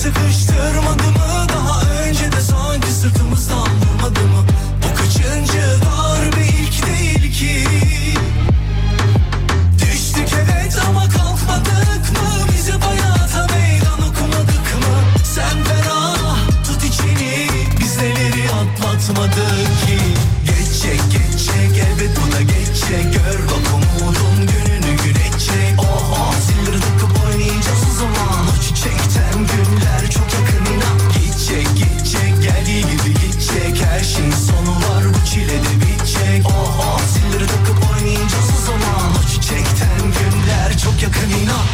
sıkıştırmadı mı? Daha önce de sanki sırtımızdan vurmadı mı? Bu kaçıncı darbe, ilk değil ki. Düştük evet ama kalkmadık mı? Bizi hayata meydan okumadık mı? Sen ferah tut içini, biz neleri atlatmadık ki. Geçecek elbet bu da geçecek. Gör bak umudun gününü güneşecek. Oha zilleri takıp oynayacağız o zaman. O çiçekten günler çok yakın inan. Gidecek geldiği gibi gidecek. Her şeyin sonu var, bu çile de bitecek. Oha zilleri takıp oynayacağız o zaman. O çiçekten günler çok yakın inan.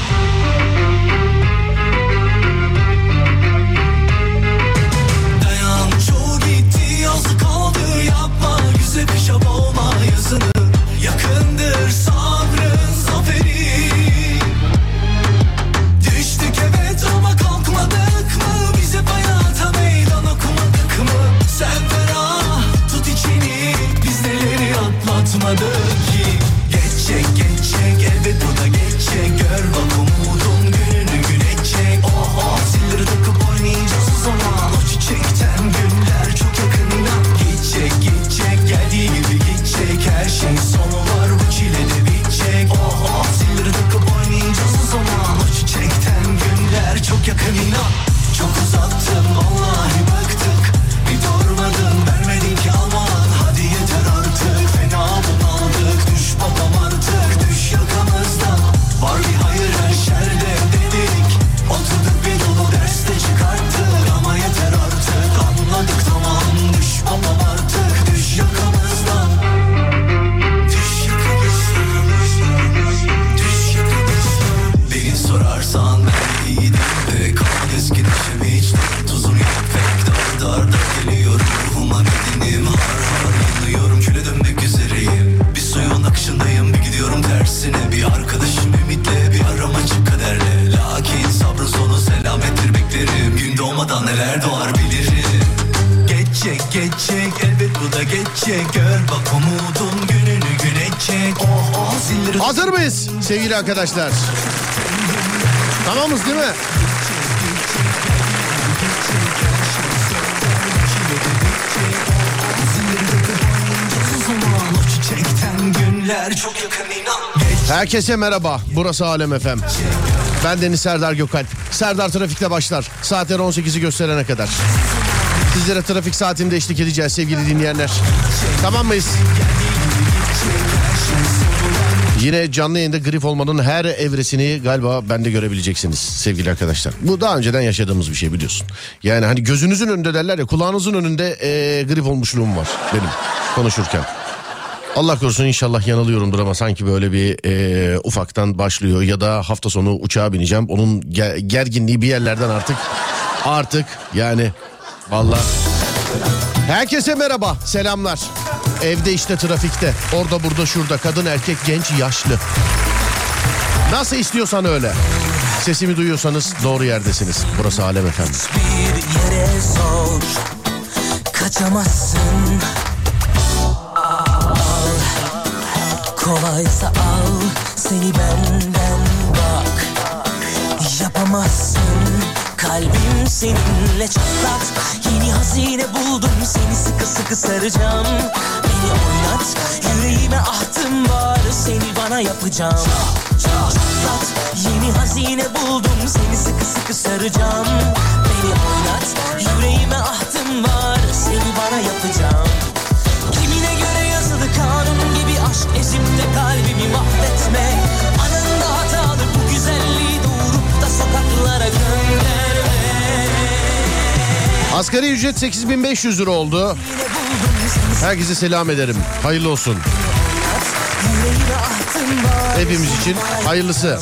Dayan çoğu gitti, az kaldı, yapma. Güze kışa boğma yazını. Yakındır sabrın zaferi. Düştük evet ama kalkmadık mı? Bize hayata meydan okumadık mı? Sen ferah tut içini, biz neleri atlatmadık ki. Geçecek elbet bu da geçecek. Gör bak umudun gününü güneşecek. Oha zilleri takıp oynayacağız o zaman. O çiçekten günler çok yakın inan. Gidecek geldiği gibi gidecek. Her şeyin sonu var, bu çile de bitecek. Oha zilleri takıp oynayacağız o zaman. O çiçekten günler çok yakın inan. Çok uzattın vallahi bıktık. Bir durmadın vermedin ki aman. Hadi yeter artık, fena bunaldık. Düş babam artık, düş yakamızdan. Var bir hayır her şerde dedik. Oturduk bir dolu derste çıkarttık. Ama yeter artık, anladık tamam. Düş babam artık, düş yakamızdan. Düş yakamızdan. Düş yakamızdan. Beni sorarsan ben iyiydim ve kalan eski neşemi hiç tuzum yok pek dar geliyorum. Ruhuma bedenim har yanıyorum. Küle dönmek üzereyim, bir suyun akışındayım. Bir gidiyorum tersine, bir arkadaşım ümitle, bir aram açık kaderle. Lakin sabrın sonu selamettir beklerim. Gün doğmadan neler doğar bilirim. Geçecek elbet bu da geçecek. Gör bak umudun gününü güneşecek. Oh zilleri... Hazır mıyız sevgili arkadaşlar? Tamamız değil mi? Herkese merhaba. Burası Alem FM. Ben Deniz Serdar Gökalp. Serdar Trafik'te başlar. Saatler 18'i gösterene kadar. Sizlere trafik saatinde eşlik edeceğiz sevgili dinleyenler. Tamam mıyız? Yine canlı yayında grip olmanın her evresini galiba bende görebileceksiniz sevgili arkadaşlar. Bu daha önceden yaşadığımız bir şey biliyorsun. Yani hani gözünüzün önünde derler ya, kulağınızın önünde grip olmuşluğum var benim konuşurken. Allah korusun inşallah yanılıyorumdur ama sanki böyle bir ufaktan başlıyor ya da hafta sonu uçağa bineceğim. Onun gerginliği bir yerlerden artık yani vallahi. Herkese merhaba, selamlar. Evde işte trafikte, orada burada şurada, kadın erkek genç yaşlı. Nasıl istiyorsan öyle. Sesimi duyuyorsanız doğru yerdesiniz. Burası Alem Efendi. Bir yere sor, kaçamazsın. Al, kolaysa al, seni benden bak. Yapamazsın, kalbim seninle çatlat. Yeni hazine buldum, seni sıkı sıkı saracağım. Beni oynat, yüreğime ahtım var, seni bana yapacağım. Çatlat, yeni hazine buldum, seni sıkı sıkı saracağım. Beni oynat, yüreğime ahtım var, seni bana yapacağım. Kimine göre yazılı kanun gibi aşk ezip de kalbimi mahvetme. Anında hatalı bu güzelliği doğurup da sokaklara gönderme. Asgari ücret 8500 lira oldu. Herkese selam ederim. Hayırlı olsun. Hepimiz için hayırlısı.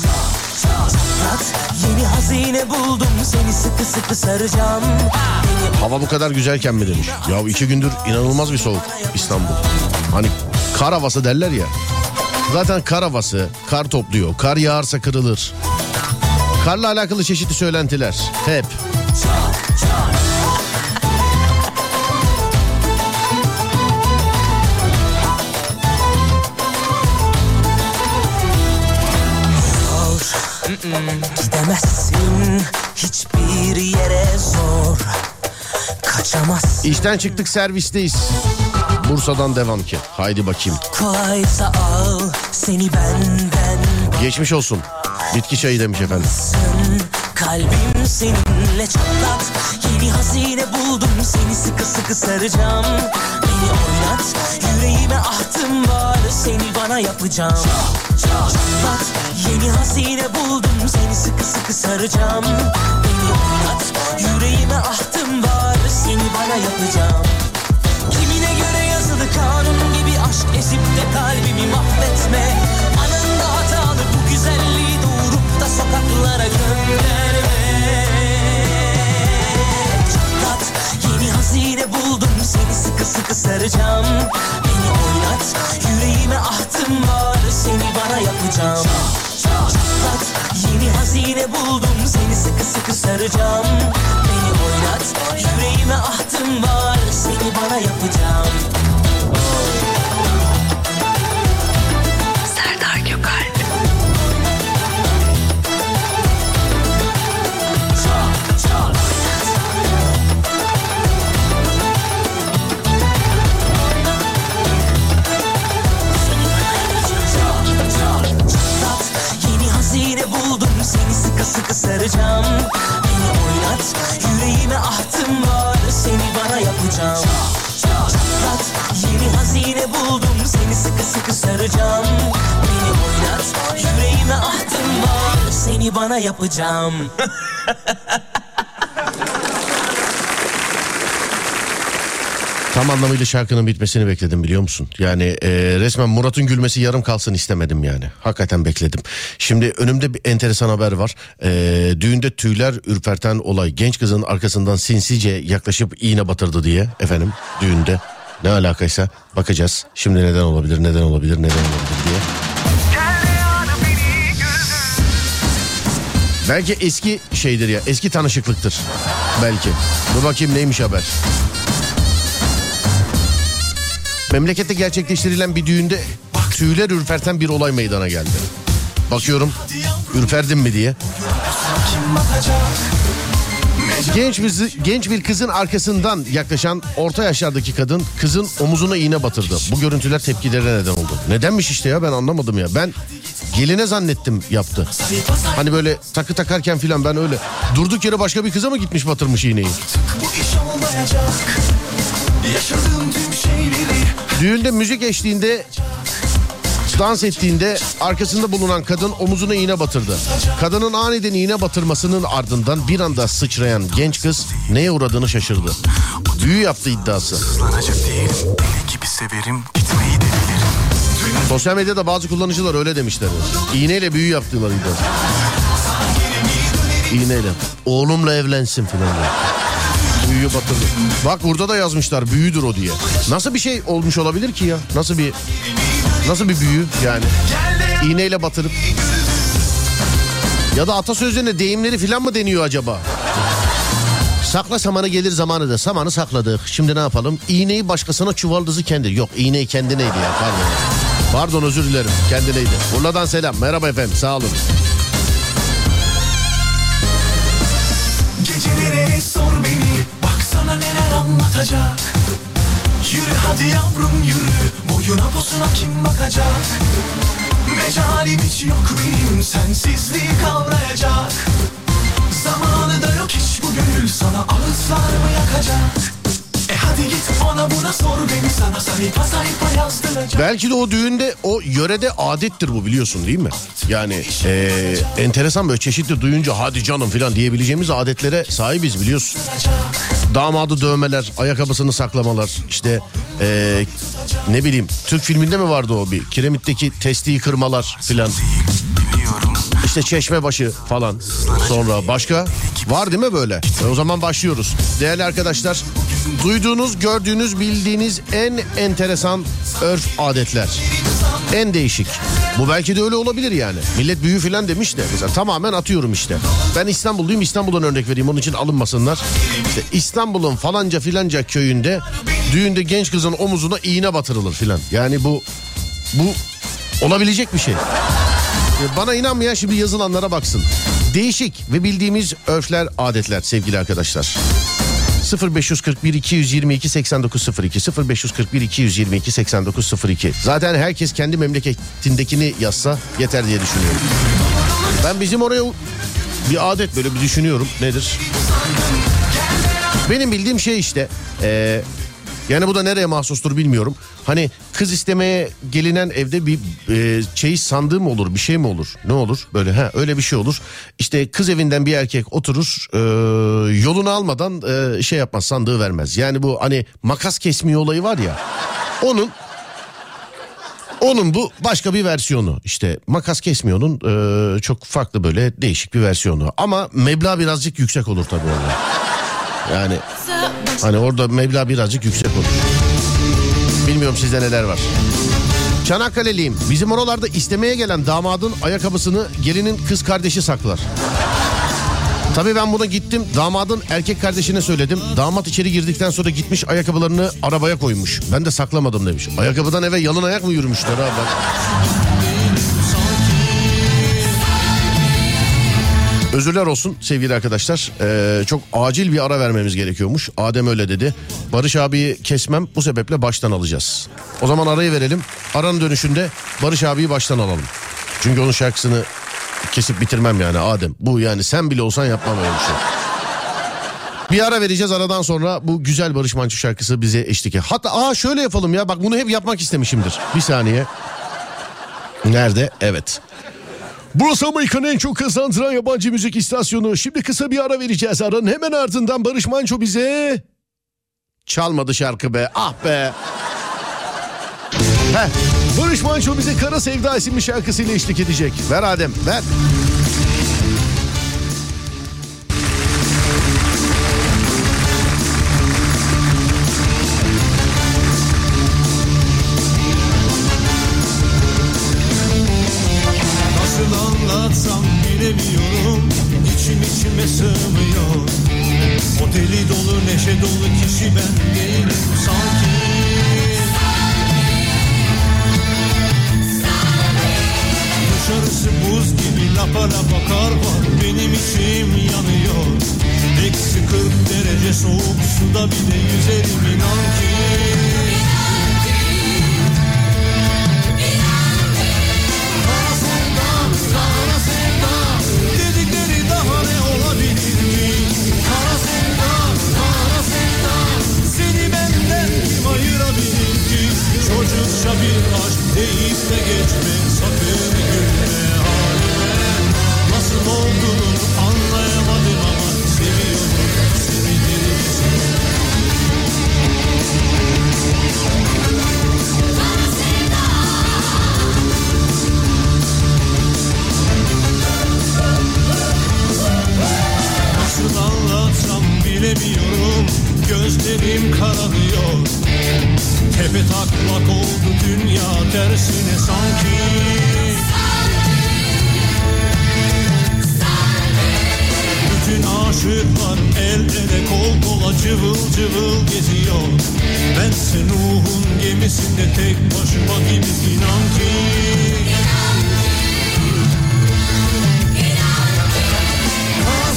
Yeni hazine buldum, seni sıkı sıkı saracağım. Hava bu kadar güzelken mi demiş. Ya 2 gündür inanılmaz bir soğuk İstanbul. Hani kar havası derler ya. Zaten kar havası, kar topluyor. Kar yağarsa kırılır. Karla alakalı çeşitli söylentiler. Hep. Gidemezsin, hiçbir yere zor kaçamazsın. İşten çıktık, servisteyiz. Bursa'dan devam ki. Haydi bakayım. Kolaysa al seni benden. Geçmiş olsun. Bitki çayı demiş efendim. Kalbim seninle çatlat. Yeni hazine buldum, seni sıkı sıkı saracağım. Beni oynat, yüreğime ahtım var, seni bana yapacağım. Çatlat, yeni hazine buldum, seni sıkı sıkı saracağım. Beni oynat, yüreğime ahtım var, seni bana yapacağım. Kimine göre yazılı kanun gibi aşk ezip de kalbimi mahvetme. Anında hatalı bu güzelliği doğurup da sokaklara gönderme. Çatlat, yeni hazine buldum, seni sıkı sıkı saracağım. Beni oynat, yüreğime ahtım var, seni bana yapacağım. Çatlat, yeni hazine buldum, seni sıkı sıkı saracağım. Beni oynat, yüreğime ahtım var, seni bana yapacağım. Serdar Gökalp. Yeni hazine buldum, seni sıkı sıkı saracağım. Beni oynat, yüreğime ahtım var, seni bana yapacağım. Çatlat, yeni hazine buldum, seni sıkı sıkı saracağım. Beni oynat, yüreğime ahtım var, seni bana yapacağım. Tam anlamıyla şarkının bitmesini bekledim, biliyor musun? Yani resmen Murat'ın gülmesi yarım kalsın istemedim yani. Hakikaten bekledim. Şimdi önümde bir enteresan haber var. Düğünde tüyler ürperten olay. Genç kızın arkasından sinsice yaklaşıp iğne batırdı diye. Efendim, düğünde. Ne alakaysa bakacağız. Şimdi neden olabilir diye. Belki eski şeydir ya, eski tanışıklıktır. Belki. Dur bakayım neymiş haber. Memlekette gerçekleştirilen bir düğünde tüyler ürperten bir olay meydana geldi. Bakıyorum, ürperdim mi diye. Genç bir kızın arkasından yaklaşan orta yaşlardaki kadın kızın omuzuna iğne batırdı. Bu görüntüler tepkilere neden oldu. Nedenmiş işte ya, ben anlamadım ya. Ben geline zannettim yaptı. Hani böyle takı takarken filan ben öyle. Durduk yere başka bir kıza mı gitmiş batırmış iğneyi? Düğünde müzik eşliğinde dans ettiğinde arkasında bulunan kadın omuzuna iğne batırdı. Kadının aniden iğne batırmasının ardından bir anda sıçrayan genç kız neye uğradığını şaşırdı. Büyü yaptı iddiası. Sosyal medyada bazı kullanıcılar öyle demişler. İğneyle büyü yaptılar iddiası. İğneyle. Oğlumla evlensin filan. Büyüyü batırdı. Bak burada da yazmışlar büyüdür o diye. Nasıl bir şey olmuş olabilir ki ya? Nasıl bir büyü yani? İğneyle batırıp. Ya da atasözlerine deyimleri filan mı deniyor acaba? Sakla samanı gelir zamanı da. Samanı sakladık. Şimdi ne yapalım? İğneyi başkasına, çuvaldızı kendi. Yok, iğneyi kendineydi ya, pardon. Pardon, özür dilerim, kendineydi. Urla'dan selam. Merhaba efendim, sağ olun. Gecelere sor beni, baksana neler anlatacak. Yürü hadi yavrum yürü, boyuna posuna kim bakacak? Mecalim hiç yok benim, sensizliği kavrayacak. Zamanı da yok hiç bu gönül, sana ağızlar mı yakacak? Hadi git ona buna sor beni, sana sayfa sayfa yazdıracak. Belki de o düğünde, o yörede adettir bu, biliyorsun değil mi? Yani enteresan, böyle çeşitli duyunca hadi canım falan diyebileceğimiz adetlere sahibiz, biliyorsun. Damadı dövmeler, ayakkabısını saklamalar, işte ne bileyim, Türk filminde mi vardı o bir? Kiremitteki testiyi kırmalar filan. İşte Çeşmebaşı falan. Sonra başka var değil mi böyle? O zaman başlıyoruz. Değerli arkadaşlar, duyduğunuz, gördüğünüz, bildiğiniz en enteresan örf adetler. En değişik. Bu belki de öyle olabilir yani. Millet büyü filan demiş de. Mesela tamamen atıyorum işte. Ben İstanbulluyum, İstanbul'dan örnek vereyim. Onun için alınmasınlar. İşte İstanbul'un falanca filanca köyünde düğünde genç kızın omuzuna iğne batırılır filan. Yani bu olabilecek bir şey. Bana inanmayan şimdi yazılanlara baksın. Değişik ve bildiğimiz örfler, adetler sevgili arkadaşlar. 0541 222 8902 0541 222 8902. Zaten herkes kendi memleketindekini yazsa yeter diye düşünüyorum. Ben bizim oraya bir adet böyle bir düşünüyorum. Nedir? Benim bildiğim şey işte yani bu da nereye mahsustur bilmiyorum. Hani kız istemeye gelinen evde bir çeyiz sandığı mı olur, bir şey mi olur? Ne olur? Böyle öyle bir şey olur. İşte kız evinden bir erkek oturur, yolunu almadan şey yapmaz, sandığı vermez. Yani bu hani makas kesmiyor olayı var ya. Onun bu başka bir versiyonu. İşte makas kesmiyor'un çok farklı böyle değişik bir versiyonu. Ama meblağ birazcık yüksek olur tabii orada. Yani hani orada meblağ birazcık yüksek olur. Bilmiyorum sizde neler var. Çanakkale'liyim. Bizim oralarda istemeye gelen damadın ayakkabısını gelinin kız kardeşi saklar. Tabii ben buna gittim, damadın erkek kardeşine söyledim. Damat içeri girdikten sonra gitmiş ayakkabılarını arabaya koymuş. Ben de saklamadım demiş. Ayakkabıdan eve yalın ayak mı yürümüşler abi? Özürler olsun sevgili arkadaşlar. Çok acil bir ara vermemiz gerekiyormuş. Adem öyle dedi. Barış abiyi kesmem, bu sebeple baştan alacağız. O zaman arayı verelim. Aranın dönüşünde Barış abiyi baştan alalım. Çünkü onun şarkısını kesip bitirmem yani Adem. Bu yani sen bile olsan yapmam öyle bir şey. Bir ara vereceğiz, aradan sonra bu güzel Barış Manço şarkısı bize eşlik et. Hatta şöyle yapalım ya, bak bunu hep yapmak istemişimdir. Bir saniye. Nerede? Evet. Burası Amerika'nın en çok kazandıran yabancı müzik istasyonu. Şimdi kısa bir ara vereceğiz. Aranın hemen ardından Barış Manço bize... Çalmadı şarkı be, ah be. Barış Manço bize Kara Sevda isimli şarkısıyla eşlik edecek. Ver Adem, ver. Anlatsam bilemiyorum, içime sığmıyor. O deli dolu neşe dolu kişi ben değilim sanki. Dışarısı buz gibi, lapa lapa kar var, benim içim yanıyor. Eksi 40 derece soğuk suda bile yüzerim inan ki. Çocukça bir aşk deyip de geçme, sakın gülme halime. Nasıl olduğunu anlayamadım ama seviyorum seni deli. Nasıl anlatsam bilemiyorum, gözlerim kararıyor. Tepe taklak oldu dünya tersine sanki. Bütün aşıklar el ele kol kola cıvıl cıvıl geziyor. Bense Nuh'un gemisinde tek başıma gibi inan ki. Kara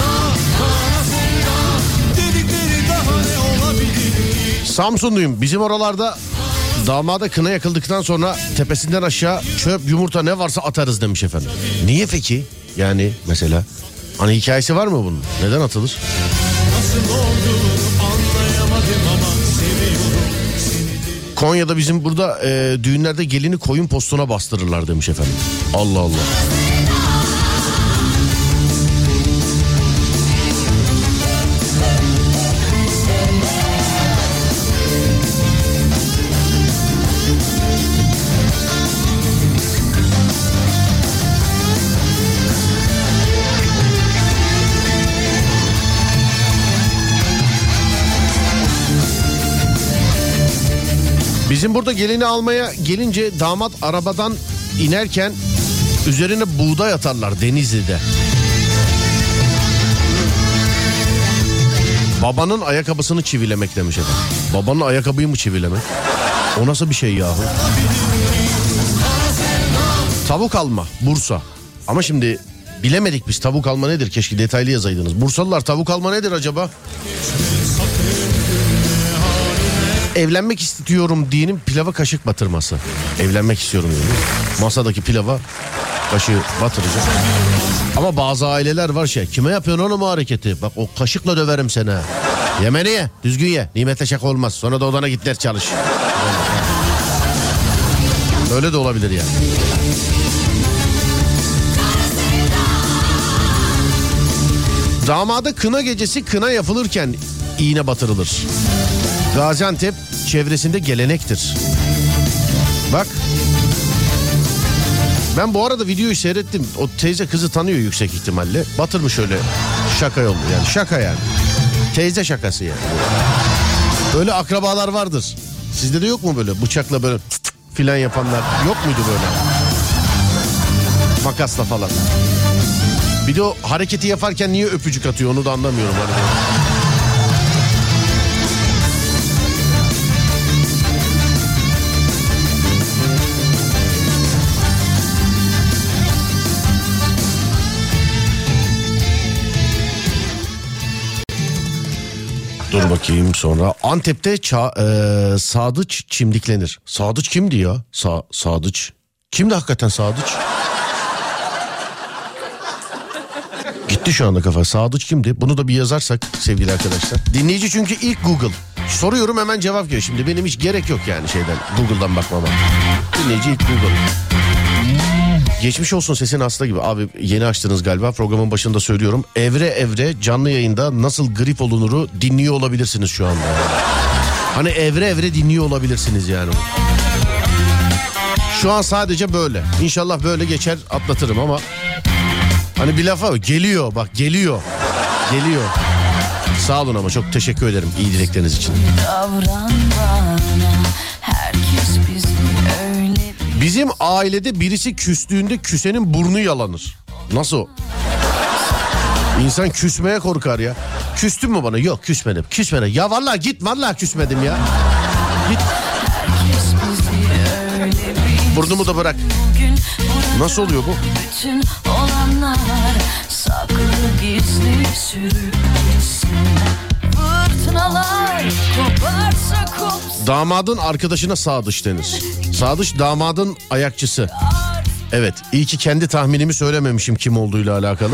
sevda dedikleri daha ne olabilir ki? Samsunluyum. Bizim oralarda damada kına yakıldıktan sonra tepesinden aşağı çöp, yumurta ne varsa atarız demiş efendim. Niye peki? Yani mesela hani hikayesi var mı bunun? Neden atılır? Konya'da bizim burada düğünlerde gelini koyun postuna bastırırlar demiş efendim. Allah Allah. Bizim burada gelini almaya gelince damat arabadan inerken üzerine buğday atarlar Denizli'de. Babanın ayakkabısını çivilemek demiş efendim. Babanın ayakkabıyı mı çivilemek? O nasıl bir şey yahu? Tavuk alma Bursa. Ama şimdi Bilemedik biz, tavuk alma nedir? Keşke detaylı yazaydınız. Bursalılar, tavuk alma nedir acaba? Evlenmek istiyorum diyenin pilava kaşık batırması. Evlenmek istiyorum diyenin. Masadaki pilava kaşığı batıracak. Ama bazı aileler var kime yapıyorsun oğlum o hareketi? Bak o kaşıkla döverim seni. Yemeni ye, düzgün ye. Nimetle şaka olmaz. Sonra da odana git ders çalış. Öyle de olabilir yani. Damada kına gecesi kına yapılırken iğne batırılır. Gaziantep çevresinde gelenektir. Bak. Ben bu arada videoyu seyrettim. O teyze kızı tanıyor yüksek ihtimalle. Batırmış öyle şaka yollu yani. Şaka yani. Teyze şakası yani. Böyle akrabalar vardır. Sizde de yok mu böyle bıçakla böyle filan yapanlar? Yok muydu böyle? Makasla falan. Bir de o hareketi yaparken niye öpücük atıyor onu da anlamıyorum. Hani dur bakayım sonra. Antep'te sadıç çimdiklenir. Sadıç kimdi ya? Sadıç. Kimdi hakikaten Sadıç? Gitti şu anda kafa. Sadıç kimdi? Bunu da bir yazarsak sevgili arkadaşlar. Dinleyici çünkü ilk Google. Soruyorum hemen cevap geliyor. Şimdi benim hiç gerek yok yani Google'dan bakmama. Dinleyici ilk Google. Geçmiş olsun, sesin hasta gibi. Abi yeni açtınız galiba, programın başında söylüyorum. Evre canlı yayında nasıl grip olunuru dinliyor olabilirsiniz şu anda. Hani evre dinliyor olabilirsiniz yani. Şu an sadece böyle. İnşallah böyle geçer, atlatırım ama hani bir lafa geliyor, bak geliyor. Sağ olun ama çok teşekkür ederim iyi dilekleriniz için. Bizim ailede birisi küstüğünde küsenin burnu yalanır. Nasıl o? İnsan küsmeye korkar ya. Küstün mü bana? Yok küsmedim. Ya vallahi git, vallahi küsmedim ya. Git. Burnumu da bırak. Nasıl oluyor bu? Bütün olanlar saklı gizli sürüklesin. Fırtınalar koparsa kopsun. Damadın arkadaşına sadıç denir. Sadıç damadın ayakçısı. Evet, iyi ki kendi tahminimi söylememişim kim olduğuyla alakalı.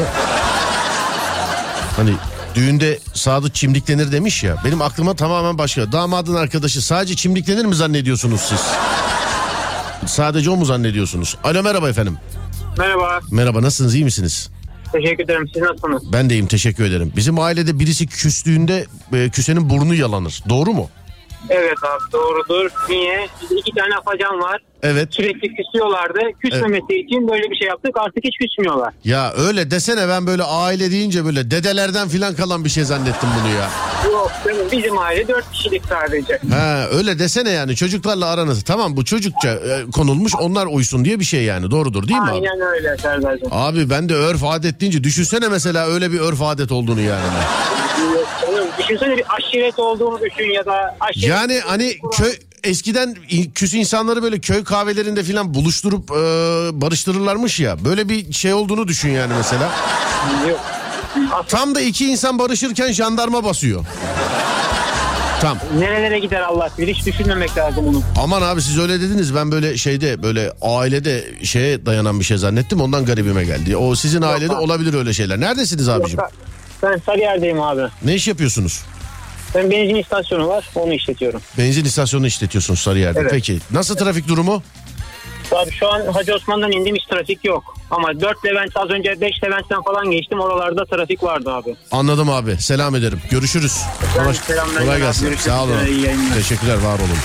Hani düğünde sadıç çimdiklenir demiş ya. Benim aklıma tamamen başka. Damadın arkadaşı sadece çimdiklenir mi zannediyorsunuz siz? Sadece o mu zannediyorsunuz? Alo, merhaba efendim. Merhaba. Merhaba, nasılsınız, iyi misiniz? Teşekkür ederim, siz nasılsınız? Ben de iyiyim, teşekkür ederim. Bizim ailede birisi küstüğünde küsenin burnu yalanır. Doğru mu? Evet abi, doğrudur. Niye? Bizde 2 tane afacan var. Evet. Sürekli küsüyorlardı. Küsmemesi için böyle bir şey yaptık. Artık hiç küsmüyorlar. Ya öyle desene, ben böyle aile deyince böyle dedelerden filan kalan bir şey zannettim bunu ya. Yok canım, bizim aile 4 kişilik sadece. Ha, öyle desene yani, çocuklarla aranızı. Tamam, bu çocukça konulmuş, onlar uysun diye bir şey yani, doğrudur değil mi abi? Aynen öyle Serdar'cığım. Abi ben de örf adet deyince düşünsene mesela öyle bir örf adet olduğunu yani. Yok canım, düşünsene bir aşiret olduğunu düşün ya da aşiret. Yani hani eskiden küs insanları böyle köy kahvelerinde filan buluşturup barıştırırlarmış ya. Böyle bir şey olduğunu düşün yani mesela. Yok. Tam da 2 insan barışırken jandarma basıyor. Tam. Nerelere gider Allah bilir, hiç düşünmemek lazım onu. Aman abi siz öyle dediniz, ben böyle böyle ailede şeye dayanan bir şey zannettim, ondan garibime geldi. O sizin ailede abi. Olabilir öyle şeyler. Neredesiniz abicim? Ben Sarıyer'deyim abi. Ne iş yapıyorsunuz? Ben benzin istasyonu var, onu işletiyorum. Benzin istasyonunu işletiyorsunuz Sarıyer'de. Evet. Peki nasıl trafik durumu? Abi şu an Hacı Osman'dan indim, hiç trafik yok. Ama 4 Levent, az önce 5 Levent'ten falan geçtim, oralarda trafik vardı abi. Anladım abi, selam ederim. Görüşürüz. Kolay gelsin. Görüşürüz. Sağ olun. Teşekkürler, var olun.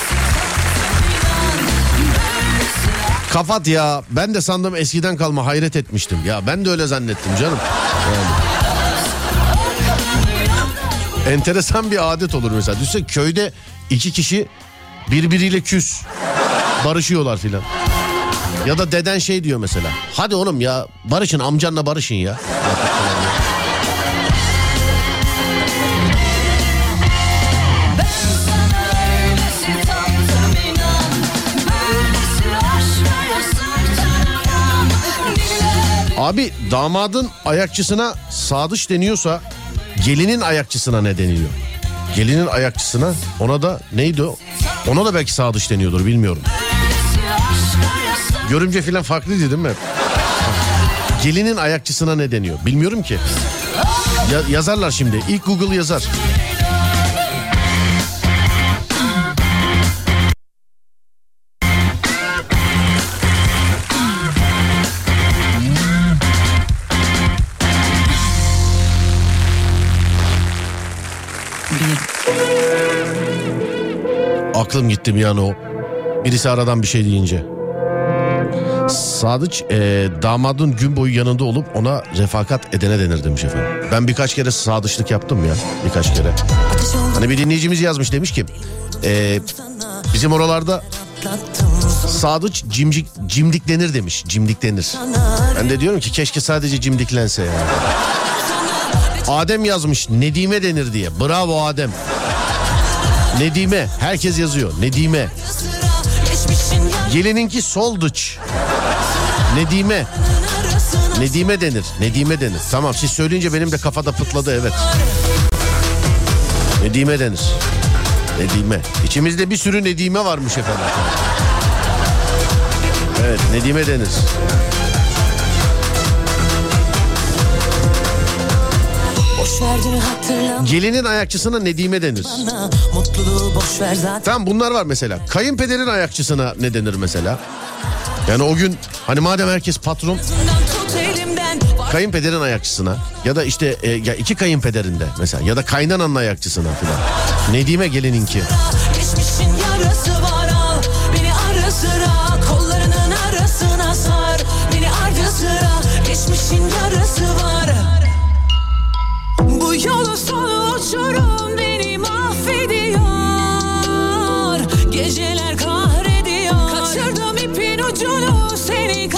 Kafat ya, ben de sandım eskiden kalma, hayret etmiştim. Ya ben de öyle zannettim canım. Yani. Enteresan bir adet olur mesela. Düşünsene köyde 2 kişi birbiriyle küs. Barışıyorlar filan. Ya da deden şey diyor mesela. Hadi oğlum ya barışın, amcanla barışın ya. Abi damadın ayakçısına sadıç deniyorsa gelinin ayakçısına ne deniliyor? Gelinin ayakçısına, ona da neydi o? Ona da belki sadıç deniyordur, bilmiyorum. Görümce filan farklıydı değil mi? Gelinin ayakçısına ne deniyor? Bilmiyorum ki. Yazarlar şimdi. İlk Google yazar. Aklım gitti bir an o. Birisi aradan bir şey deyince. Sadıç damadın gün boyu yanında olup ona refakat edene denir demiş efendim. Ben birkaç kere sadıçlık yaptım ya. Birkaç kere. Hani bir dinleyicimiz yazmış, demiş ki bizim oralarda sadıç cimdiklenir demiş. Cimdiklenir. Ben de diyorum ki keşke sadece cimdiklense ya. Adem yazmış Nedime denir diye. Bravo Adem. Nedime. Herkes yazıyor. Nedime. Gelininki solduç. Nedime. Nedime denir. Nedime denir. Tamam, siz söyleyince benim de kafada pıtladı, evet. Nedime denir. Nedime. İçimizde bir sürü Nedime varmış efendim. Evet, Nedime denir. Gelinin ayakçısına Nedime denir. Tamam, bunlar var mesela. Kayınpederin ayakçısına ne denir mesela? Yani o gün hani madem herkes patron, kayınpederin ayakçısına ya da işte ya iki kayınpederin de mesela ya da kaynananın ayakçısına filan. Nedime gelininki. Geçmişin yarası var, al beni ara sıra, kollarının arasına sar beni ardı sıra. Geçmişin yarası var. Bu yolu sonu uçurum beni mahvediyor. Geceler kahrediyor. Kaçırdım ipin ucunu, seni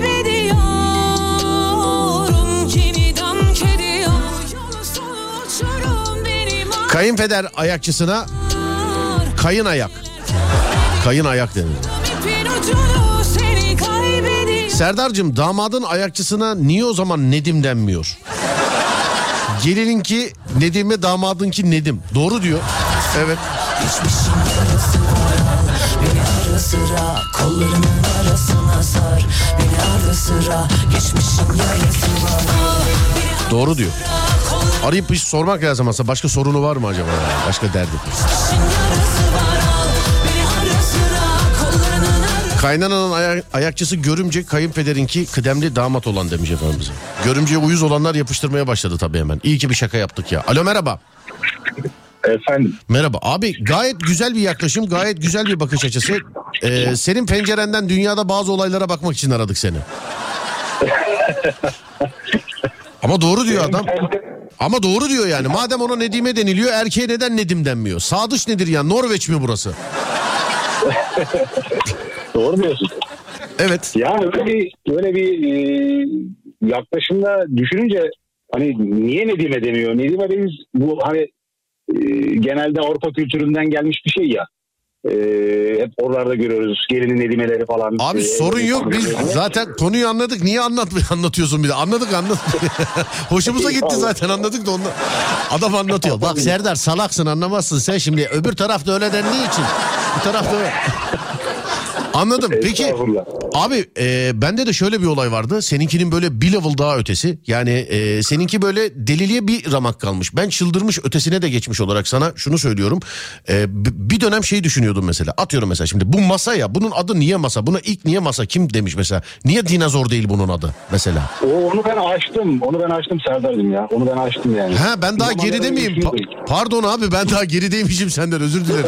kaybediyorum. Yeniden kediyor. Bu yolu sonu uçurum beni mahvediyor. Kayınpeder ayakçısına kayın ayak. Kayın ayak denir. Serdar'cığım damadın ayakçısına niye o zaman Nedim denmiyor? Gelininki Nedim'e, damadınki Nedim. Doğru diyor. Evet. Doğru diyor. Arayıp bir sormak lazım aslında. Başka sorunu var mı acaba? Başka derdi. Kaynananın ayakçısı görümce, kayınpederinki kıdemli damat olan demiş efendim bize. Görümceye uyuz olanlar yapıştırmaya başladı tabii hemen. İyi ki bir şaka yaptık ya. Alo, merhaba. Efendim. Merhaba abi, gayet güzel bir yaklaşım, gayet güzel bir bakış açısı. Senin pencerenden dünyada bazı olaylara bakmak için aradık seni. Ama doğru diyor adam. Ama doğru diyor yani. Madem ona Nedime deniliyor, erkeğe neden Nedim denmiyor? Sadıç nedir ya? Norveç mi burası? Doğru diyorsun. Evet. Ya öyle bir yaklaşımda düşününce hani niye Nedime deniyor? Nedime biz bu hani genelde Avrupa kültüründen gelmiş bir şey ya. Hep oralarda görüyoruz gelinin Nedimeleri falan. Abi sorun yok, biz zaten konuyu anladık. Niye anlatıyorsun bir de? Anladık. Hoşumuza gitti zaten, anladık da ondan. Adam anlatıyor. Bak Serdar, salaksın, anlamazsın sen şimdi. Öbür tarafta öyle dendiği için. Bu tarafta öyle. Anladım. Peki abi bende de şöyle bir olay vardı. Seninkinin böyle bir level daha ötesi. Yani seninki böyle deliliğe bir ramak kalmış. Ben çıldırmış ötesine de geçmiş olarak sana şunu söylüyorum. Bir dönem şey düşünüyordum mesela. Atıyorum mesela şimdi bu masa ya. Bunun adı niye masa? Buna ilk niye masa? Kim demiş mesela? Niye dinozor değil bunun adı mesela? Onu ben açtım Serdar'cığım ya. Onu ben açtım yani. Ha, ben daha geride miyim? Pardon abi, ben daha gerideymişim senden, özür dilerim.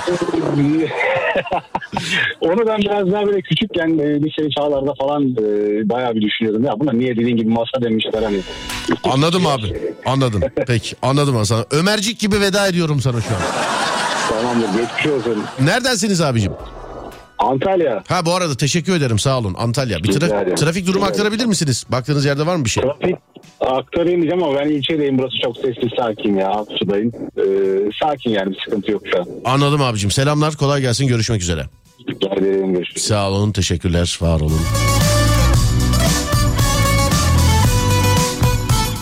Onu ben biraz daha böyle küçükken lise çağlarda falan bayağı bir düşünüyordum. Ya buna niye dediğin gibi masa demişler hani. Anladım abi. Anladım. Peki anladım Hasan. Ömercik gibi veda ediyorum sana şu an. Tamamdır, geçmiş olsun. Neredensiniz abicim? Antalya. Ha, bu arada teşekkür ederim, sağ olun. Antalya. Bir trafik durumu aktarabilir misiniz? Baktığınız yerde var mı bir şey? Trafik aktarayım diyeceğim ama ben ilçedeyim. Burası çok sessiz, sakin ya. Aksu'dayım. Sakin yani, bir sıkıntı yok şu an. Anladım abicim. Selamlar, kolay gelsin, görüşmek üzere. Rica ederim, görüşürüz. Sağ olun, teşekkürler, var olun.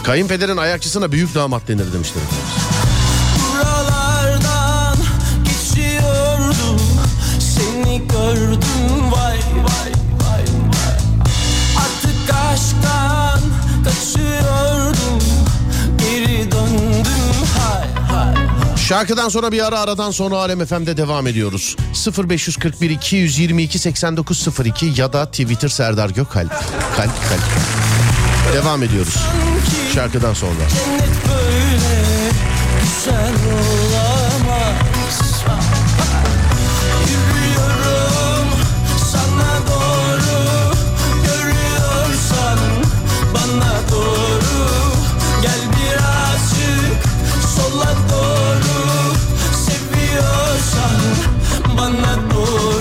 Kayınpederin ayakçısına büyük damat denir demişler. Buralardan geçiyordum, seni gördüm, vay vay vay vay. Artık aşktan kaçıyordum, geri döndüm, hay hay. Şarkıdan sonra bir aradan sonra Alem FM'de devam ediyoruz. 0541 222 8902 ya da Twitter Serdar Gökalp. Kalp. Devam ediyoruz. Şarkıdan sonra. Cennet böyle güzel olamaz. Yürüyorum sana doğru, görüyorsan bana doğru. Gel birazcık sola doğru, seviyorsan bana doğru.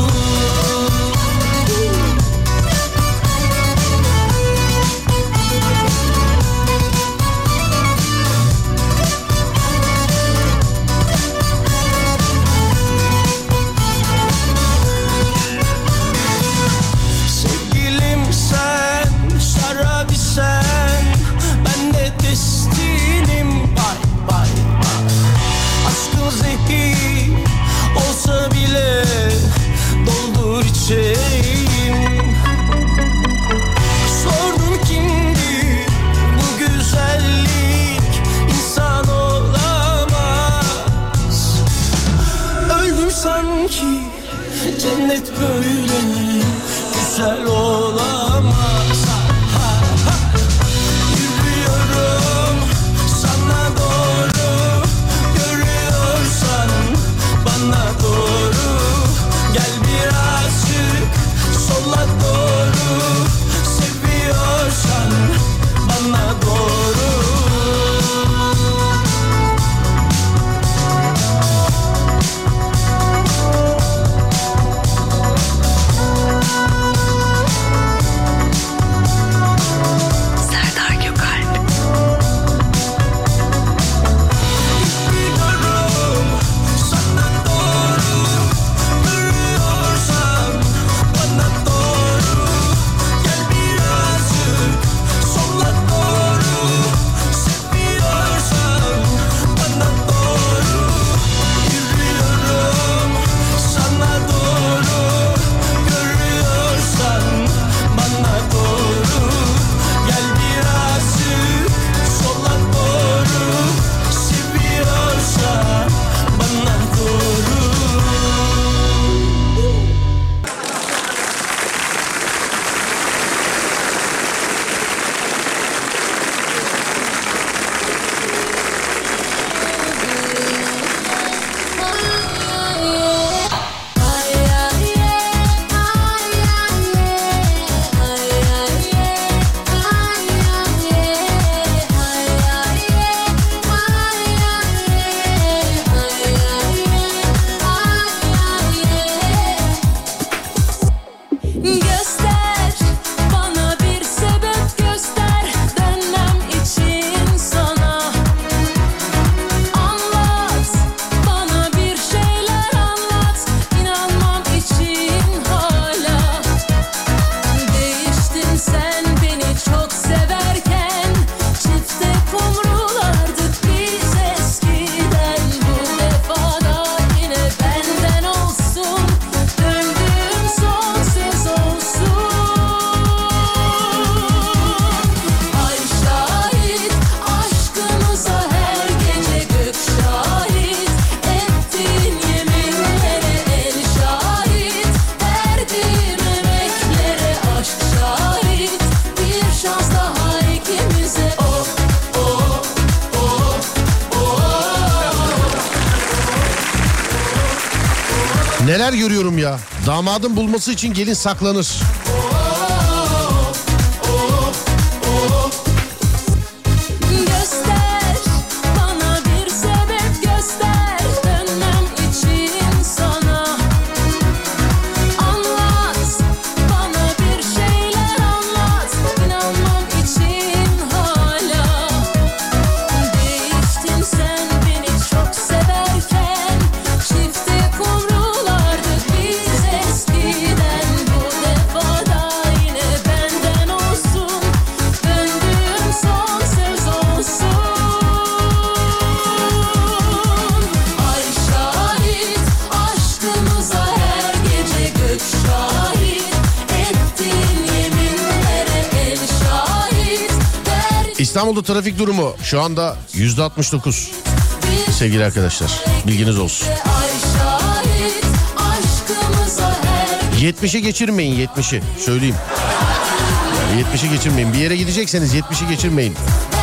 Olsa bile doldur içeyim. Sordum kimdi bu güzellik, insan olamaz. Öldüm sanki, cennet böyle güzel olamaz. Yürüyorum sana doğru, görüyorsan bana doğru. Gel birazcık sola doğru, seviyorsan bana doğru. Neler görüyorum ya. Damadın bulması için gelin saklanır. Çifte kumrulardık biz eskiden, bu defa İstanbul'da trafik durumu şu anda %69 sevgili arkadaşlar. Bilginiz olsun. 70'i geçirmeyin, 70'i söyleyeyim. Yani 70'i geçirmeyin. Bir yere gidecekseniz 70'i geçirmeyin.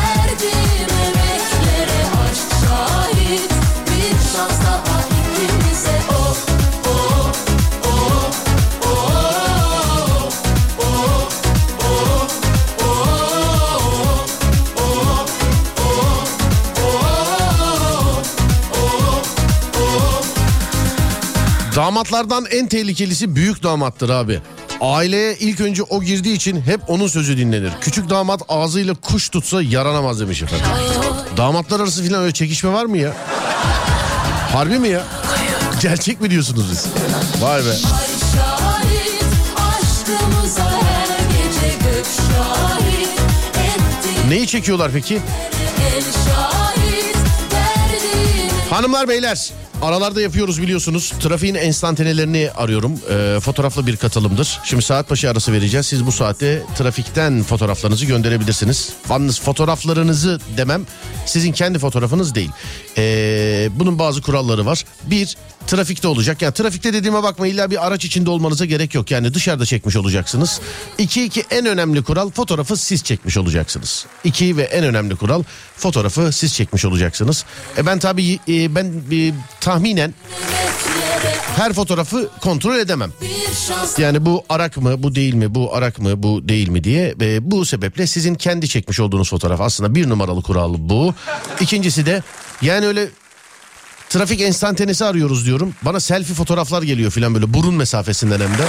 Damatlardan en tehlikelisi büyük damattır abi. Aileye ilk önce o girdiği için hep onun sözü dinlenir. Küçük damat ağzıyla kuş tutsa yaranamaz demiş efendim. Damatlar arası falan öyle çekişme var mı ya? Harbi mi ya? Gerçek mi diyorsunuz siz? Vay be. Neyi çekiyorlar peki? Hanımlar beyler, aralarda yapıyoruz biliyorsunuz. Trafiğin enstantanelerini arıyorum. Fotoğraflı bir katılımdır. Şimdi saat başı arası vereceğiz. Siz bu saatte trafikten fotoğraflarınızı gönderebilirsiniz. Yalnız fotoğraflarınızı demem, sizin kendi fotoğrafınız değil. Bunun bazı kuralları var. Bir, trafikte olacak. Yani trafikte dediğime bakma, illa bir araç içinde olmanıza gerek yok. Yani dışarıda çekmiş olacaksınız. İki en önemli kural, fotoğrafı siz çekmiş olacaksınız. İki ve en önemli kural, fotoğrafı siz çekmiş olacaksınız. Ben tabii tahminen her fotoğrafı kontrol edemem. Yani bu arak mı, bu değil mi, bu arak mı, bu değil mi diye. Bu sebeple sizin kendi çekmiş olduğunuz fotoğraf aslında bir numaralı kural bu. İkincisi de yani öyle trafik enstantanesi arıyoruz diyorum. Bana selfie fotoğraflar geliyor filan, böyle burun mesafesinden hem de.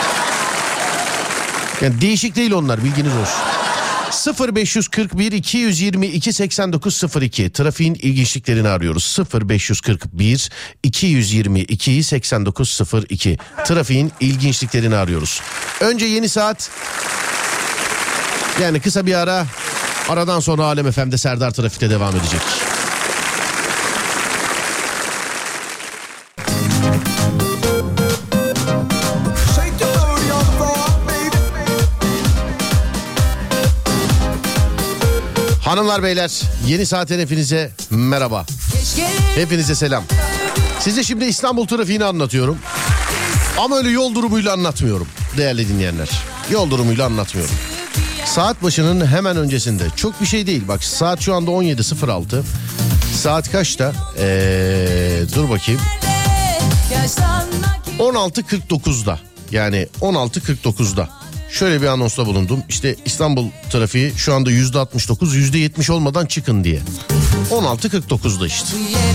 Yani değişik değil onlar, bilginiz olsun. 0541 222 8902 trafiğin ilginçliklerini arıyoruz. 0541 222 8902 trafiğin ilginçliklerini arıyoruz. Önce yeni saat, yani kısa bir ara, aradan sonra Alem FM'de Serdar Trafik'te devam edecek. Hanımlar beyler, yeni saatten hepinize merhaba. Hepinize selam. Size şimdi İstanbul trafiğini anlatıyorum. Ama öyle yol durumuyla anlatmıyorum değerli dinleyenler. Yol durumuyla anlatmıyorum. Saat başının hemen öncesinde, çok bir şey değil. Bak saat şu anda 17.06. Saat kaçta? Dur bakayım. 16.49'da. Yani 16.49'da. Şöyle bir anonsta bulundum. İşte İstanbul trafiği şu anda %69, %70 olmadan çıkın diye. 16.49'da işte.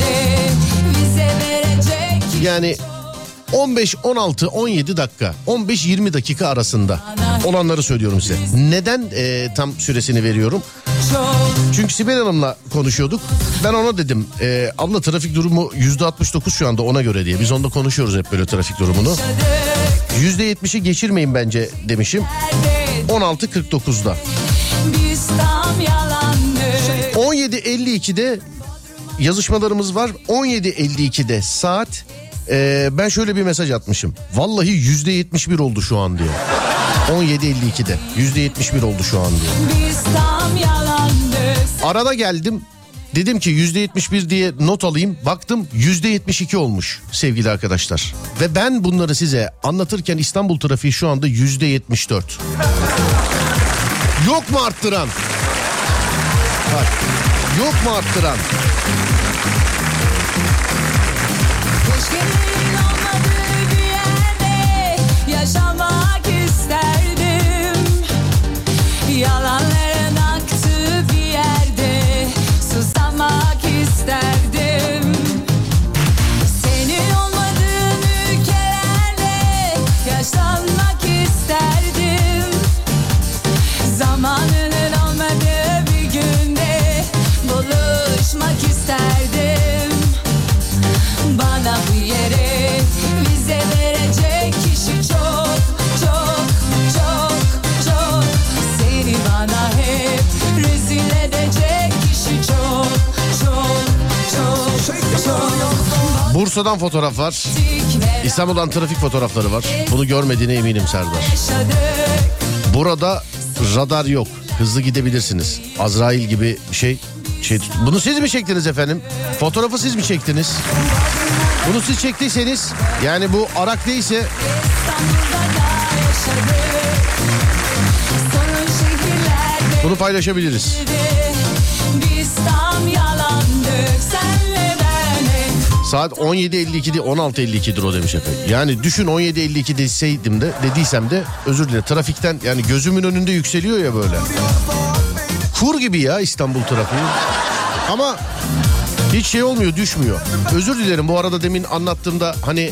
Yani 15, 16, 17 dakika, 15-20 dakika arasında olanları söylüyorum size. Neden tam süresini veriyorum? Çünkü Sibel Hanım'la konuşuyorduk. Ben ona dedim, abla trafik durumu %69 şu anda, ona göre diye. Biz onunla konuşuyoruz hep böyle trafik durumunu. %70'i geçirmeyin bence demişim. 16.49'da. 17.52'de yazışmalarımız var. 17.52'de saat. Ben şöyle bir mesaj atmışım. Vallahi %71 oldu şu an diyor. 17.52'de %71 oldu şu an diyor. Arada geldim. Dedim ki %71 diye not alayım. Baktım %72 olmuş sevgili arkadaşlar. Ve ben bunları size anlatırken İstanbul trafiği şu anda %74. Yok mu arttıran? Bak, yok mu arttıran? Keşkenin olmadığı bir yerde yaşamak isterdim. Yalanların aktığı bir yerde susamak isterdim. Senin olmadığın ülkelerde yaşlanmak isterdim. Zamanının olmadığı bir günde buluşmak isterdim. Bana bu yere vize verecek kişi çok çok çok çok. Seni bana hep rezil edecek kişi çok çok çok çok. Bursa'dan fotoğraf var. İstanbul'dan trafik fotoğrafları var. Bunu görmediğine eminim Serdar. Burada radar yok. hızlı gidebilirsiniz. Azrail gibi şey. Bunu siz mi çektiniz efendim? Fotoğrafı siz mi çektiniz? Bunu siz çektiyseniz, yani bu Arak değilse bunu paylaşabiliriz. Saat 17.52'di, 16.52'dir o demiş efendim. Yani düşün, 17.52 dediysem de özür dilerim. Trafikten, yani gözümün önünde yükseliyor ya böyle. Kur gibi ya İstanbul trafiği. Ama hiç şey olmuyor, düşmüyor. Özür dilerim bu arada, demin anlattığımda hani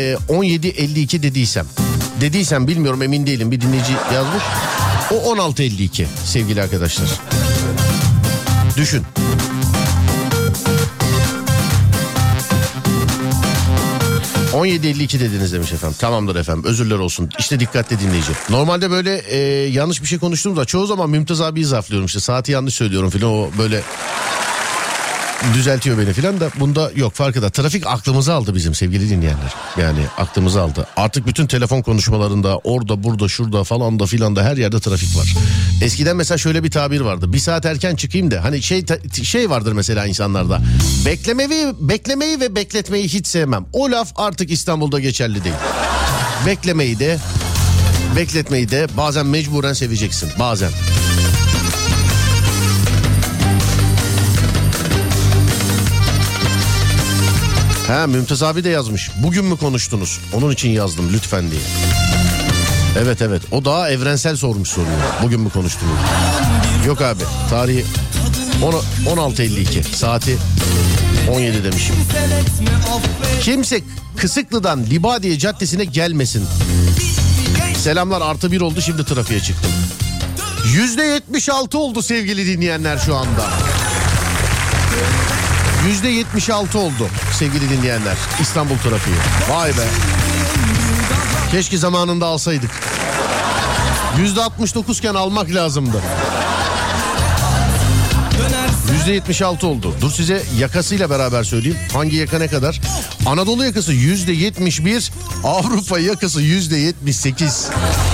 17.52 dediysem bilmiyorum, emin değilim, bir dinleyici yazmış. O 16.52 sevgili arkadaşlar. Düşün. ...17.52 dediniz demiş efendim. Tamamdır efendim, özürler olsun. İşte dikkatli dinleyici. Normalde böyle yanlış bir şey konuştuğumda çoğu zaman Mümtaz abiyi zaflıyorum, işte saati yanlış söylüyorum filan, o böyle düzeltiyor beni filan da, bunda yok, farkı da. Trafik aklımızı aldı bizim sevgili dinleyenler. Yani aklımızı aldı. Artık bütün telefon konuşmalarında, orada burada şurada falan da filan da her yerde trafik var. Eskiden mesela şöyle bir tabir vardı. Bir saat erken çıkayım da, hani şey vardır mesela insanlarda. Beklemeyi ve bekletmeyi hiç sevmem. O laf artık İstanbul'da geçerli değil. Beklemeyi de bekletmeyi de bazen mecburen seveceksin. Bazen. Mümtaz abi de yazmış. Bugün mü konuştunuz? Onun için yazdım lütfen diye. Evet. O daha evrensel sormuş soruyu. Bugün mü konuştunuz? Yok abi. Tarihi 16.52. Saati 17 demişim. Kimse Kısıklı'dan Libadiye Caddesi'ne gelmesin. Selamlar, +1 oldu, şimdi trafiğe çıktım. %76 oldu sevgili dinleyenler şu anda. %76 oldu sevgili dinleyenler İstanbul trafiği. Vay be. Keşke zamanında alsaydık. %69 iken almak lazımdı. %76 oldu. Dur size yakasıyla beraber söyleyeyim. Hangi yaka ne kadar? Anadolu yakası %71, Avrupa yakası %78.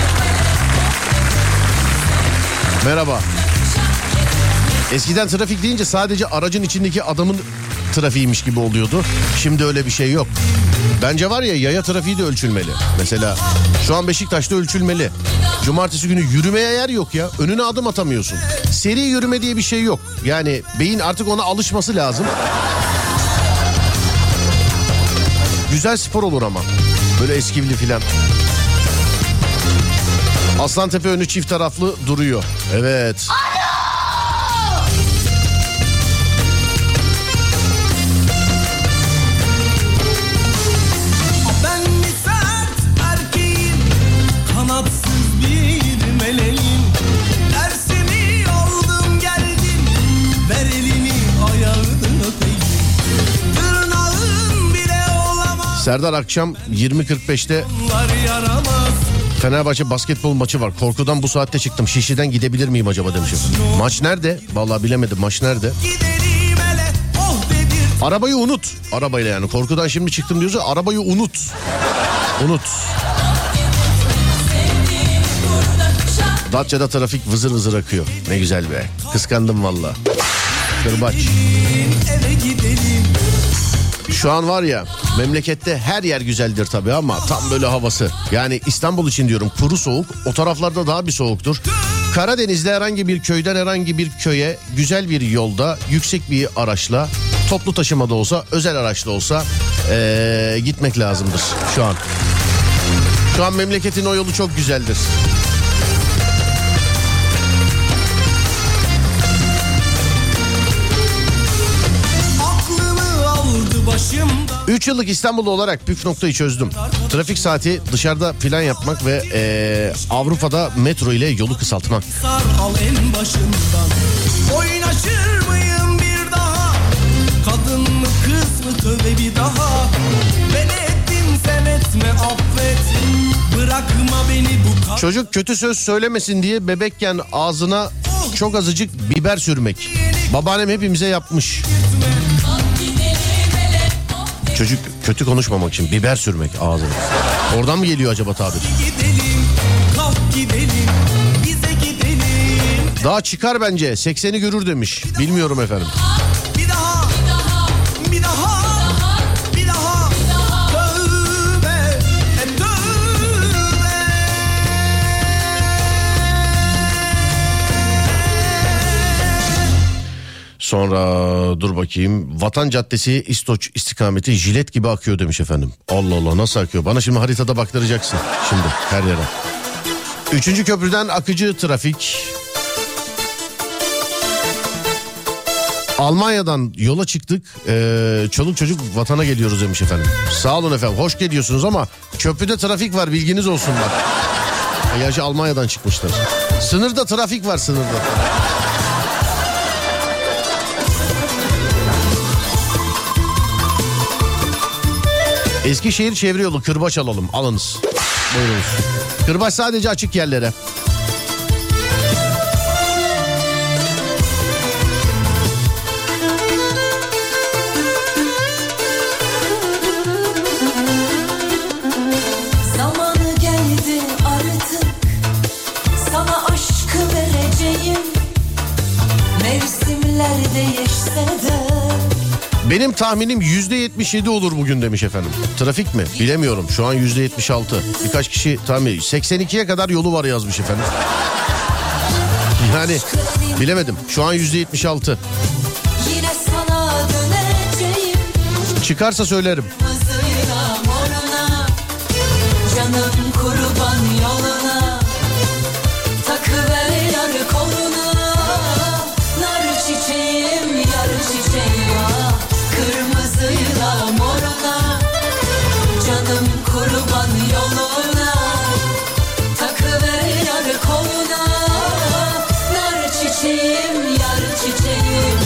Merhaba. Eskiden trafik deyince sadece aracın içindeki adamın trafiğiymiş gibi oluyordu. Şimdi öyle bir şey yok. Bence var ya, yaya trafiği de ölçülmeli. Mesela şu an Beşiktaş'ta ölçülmeli. Cumartesi günü yürümeye yer yok ya. Önüne adım atamıyorsun. Seri yürüme diye bir şey yok. Yani beyin artık ona alışması lazım. Güzel spor olur ama. Böyle eskivli filan. Aslantepe önü çift taraflı duruyor. Evet. Serdar akşam 20.45'te Fenerbahçe basketbol maçı var. Korkudan bu saatte çıktım. Şişli'den gidebilir miyim acaba demişim. Maç nerede? Vallahi bilemedim. Maç nerede? Arabayı unut. Arabayla yani. Korkudan şimdi çıktım diyorsa arabayı unut. Unut. Datça'da trafik vızır vızır akıyor. Ne güzel be. Kıskandım valla. Kırbaç. Şu an var ya, memlekette her yer güzeldir tabii ama tam böyle havası. Yani İstanbul için diyorum, kuru soğuk, o taraflarda daha bir soğuktur. Karadeniz'de herhangi bir köyden herhangi bir köye güzel bir yolda, yüksek bir araçla, toplu taşımada olsa, özel araçla olsa gitmek lazımdır şu an. Şu an memleketin o yolu çok güzeldir. 3 yıllık İstanbullu olarak püf noktayı çözdüm. Trafik saati, dışarıda plan yapmak ve Avrupa'da metro ile yolu kısaltmak. Al en başından. Oynaşır mıyım bir daha? Kadın mı kız mı tövbe bir daha? Ben ettim sen etme affet. Bırakma beni bu kadar. Çocuk kötü söz söylemesin diye bebekken ağzına çok azıcık biber sürmek. Babaannem hepimize yapmış. Çocuk kötü konuşmamak için biber sürmek ağzına. Oradan mı geliyor acaba tabir? Gidelim, kalk gidelim, bize gidelim. Daha çıkar bence. 80'i görür demiş. Bilmiyorum efendim. Bir daha, bir daha, bir daha, tövbe, tövbe. Sonra dur bakayım. Vatan Caddesi İstoç istikameti jilet gibi akıyor demiş efendim. Allah Allah, nasıl akıyor? Bana şimdi haritada baktıracaksın. Şimdi her yere. 3. köprüden akıcı trafik. Almanya'dan yola çıktık. Çoluk çocuk vatana geliyoruz demiş efendim. Sağ olun efendim. Hoş geliyorsunuz ama köprüde trafik var, bilginiz olsun bak. Gerçi Almanya'dan çıkmışlar. Sınırda trafik var, sınırda. Eskişehir çevre yolu Kırbaç alalım. Alınız. Buyurunuz. Kırbaç sadece açık yerlere. Zamanı geldi artık, sana aşkı vereceğim. Mevsimler değişse de. Benim tahminim %77 olur bugün demiş efendim. Trafik mi? Bilemiyorum. Şu an %76. Birkaç kişi tahmin. 82'ye kadar yolu var yazmış efendim. Yani bilemedim. Şu an %76. Yine sana döneceğim. Çıkarsa söylerim. Kırmızıyla moruna, canım kurban yoluna. Takıver yar koluna, nar çiçeğim yar çiçeğim. Kırmızıyla moruna, canım kurban yoluna. Takıver yar koluna, nar çiçeğim yar çiçeğim.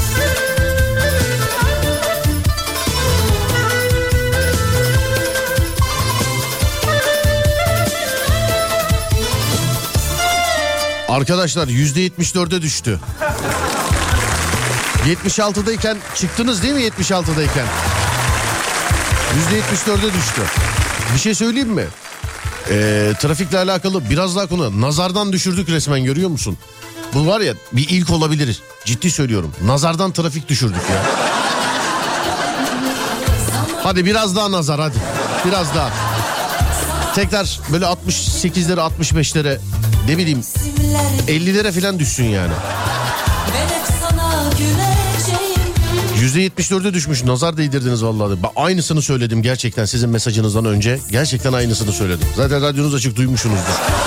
Arkadaşlar %74'e düştü. 76'dayken çıktınız değil mi, 76'dayken? %74'e düştü. Bir şey söyleyeyim mi? Trafikle alakalı biraz daha konu. Nazardan düşürdük resmen, görüyor musun? Bu var ya, bir ilk olabilir. Ciddi söylüyorum. Nazardan trafik düşürdük ya. Hadi biraz daha nazar, hadi. Biraz daha. Tekrar böyle 68'lere 65'lere, ne bileyim 50'lere falan düşsün yani. Ben hep sana güleceğim. %74'e düşmüş. Nazar değdirdiniz vallahi. Ben aynısını söyledim gerçekten sizin mesajınızdan önce. Gerçekten aynısını söyledim. Zaten radyonuz açık, duymuşsunuzdur.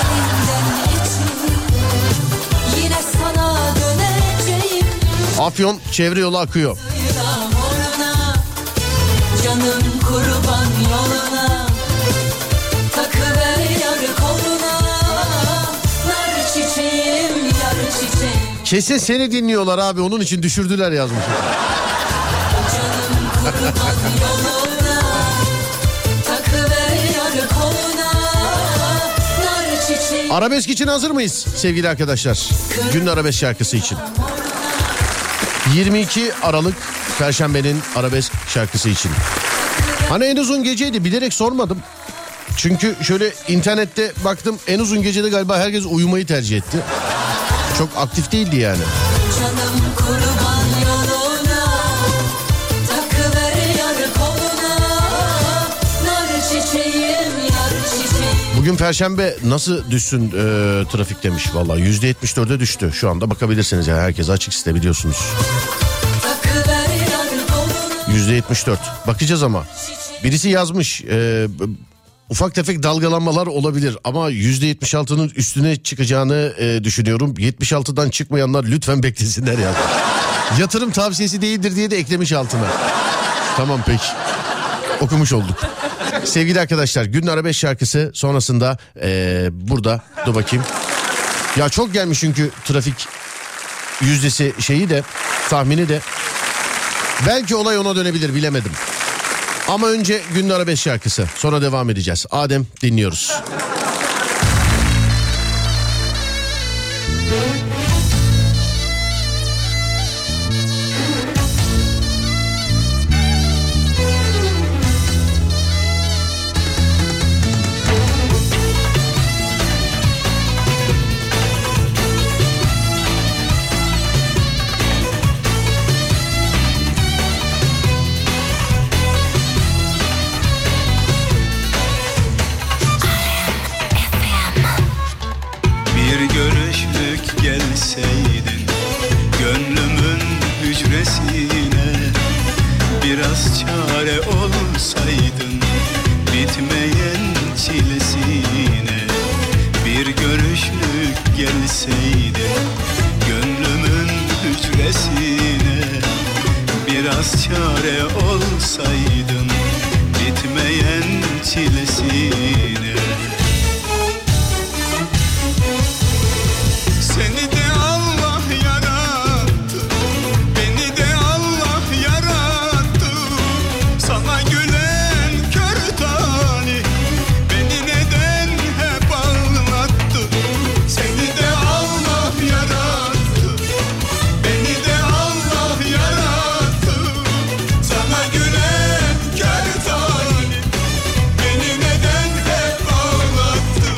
Yine sana döneceğim. Afyon çevre yolu akıyor. Moruna, canım kurban yoluna. Takıver yar koluna, nar çiçeğim yar çiçeğim. Kesin seni dinliyorlar abi, onun için düşürdüler yazmış. Canım kurban yoluna, takıver yar koluna, nar çiçeğim. Arabesk için hazır mıyız sevgili arkadaşlar? Günün arabesk şarkısı için. 22 Aralık Perşembe'nin arabesk şarkısı için. Hani en uzun geceydi, bilerek sormadım. Çünkü şöyle internette baktım, en uzun gecede galiba herkes uyumayı tercih etti. Çok aktif değildi yani. Canım kurban yoluna, takıver yar koluna, nar çiçeğim yar çiçeğim. Bugün Perşembe, nasıl düşsün trafik demiş. Vallahi %74'e düştü. Şu anda bakabilirsiniz ya, herkes açık site biliyorsunuz. Takıver yar koluna. %74. Bakacağız ama. Birisi yazmış. Ufak tefek dalgalanmalar olabilir ama %76'nın üstüne çıkacağını düşünüyorum. 76'dan çıkmayanlar lütfen beklesinler ya. Yatırım tavsiyesi değildir diye de eklemiş altına. Tamam peki. Okumuş olduk. Sevgili arkadaşlar, günün arabesk şarkısı sonrasında burada. Dur bakayım. Ya çok gelmiş çünkü trafik yüzdesi şeyi de, tahmini de. Belki olay ona dönebilir, bilemedim. Ama önce günün arabesk şarkısı, sonra devam edeceğiz. Adem, dinliyoruz. biraz çare olsaydın bitmeyen çilesine. Seni de Allah yarattı, beni de Allah yarattı. Sana gülen kör tali beni neden hep ağlattı. Seni de Allah yarattı, beni de Allah yarattı. Sana gülen kör tali beni neden hep ağlattı.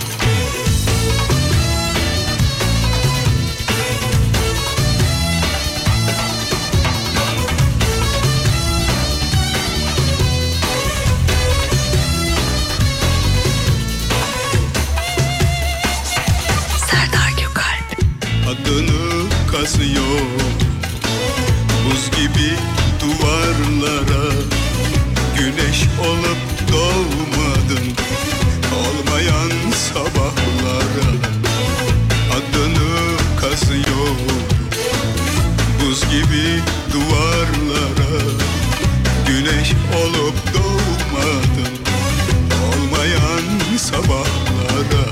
Serdar Gökalp. Adını kazıyor buz gibi duvarlara. Güneş olup doğmadın olmayan sabahlara. Adını kazıyor buz gibi duvarlara. Güneş olup doğmadın olmayan sabahlara.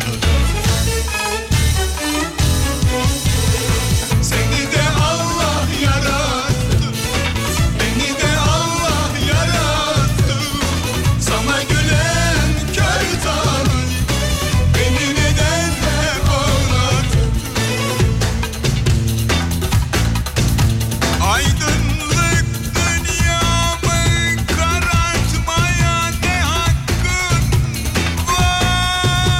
Seni de Allah yarattı, beni de Allah yarattı. Sana gülen kör tali beni neden hep ağlattı. Aydınlık dünyamı karartmaya ne hakkın vardı?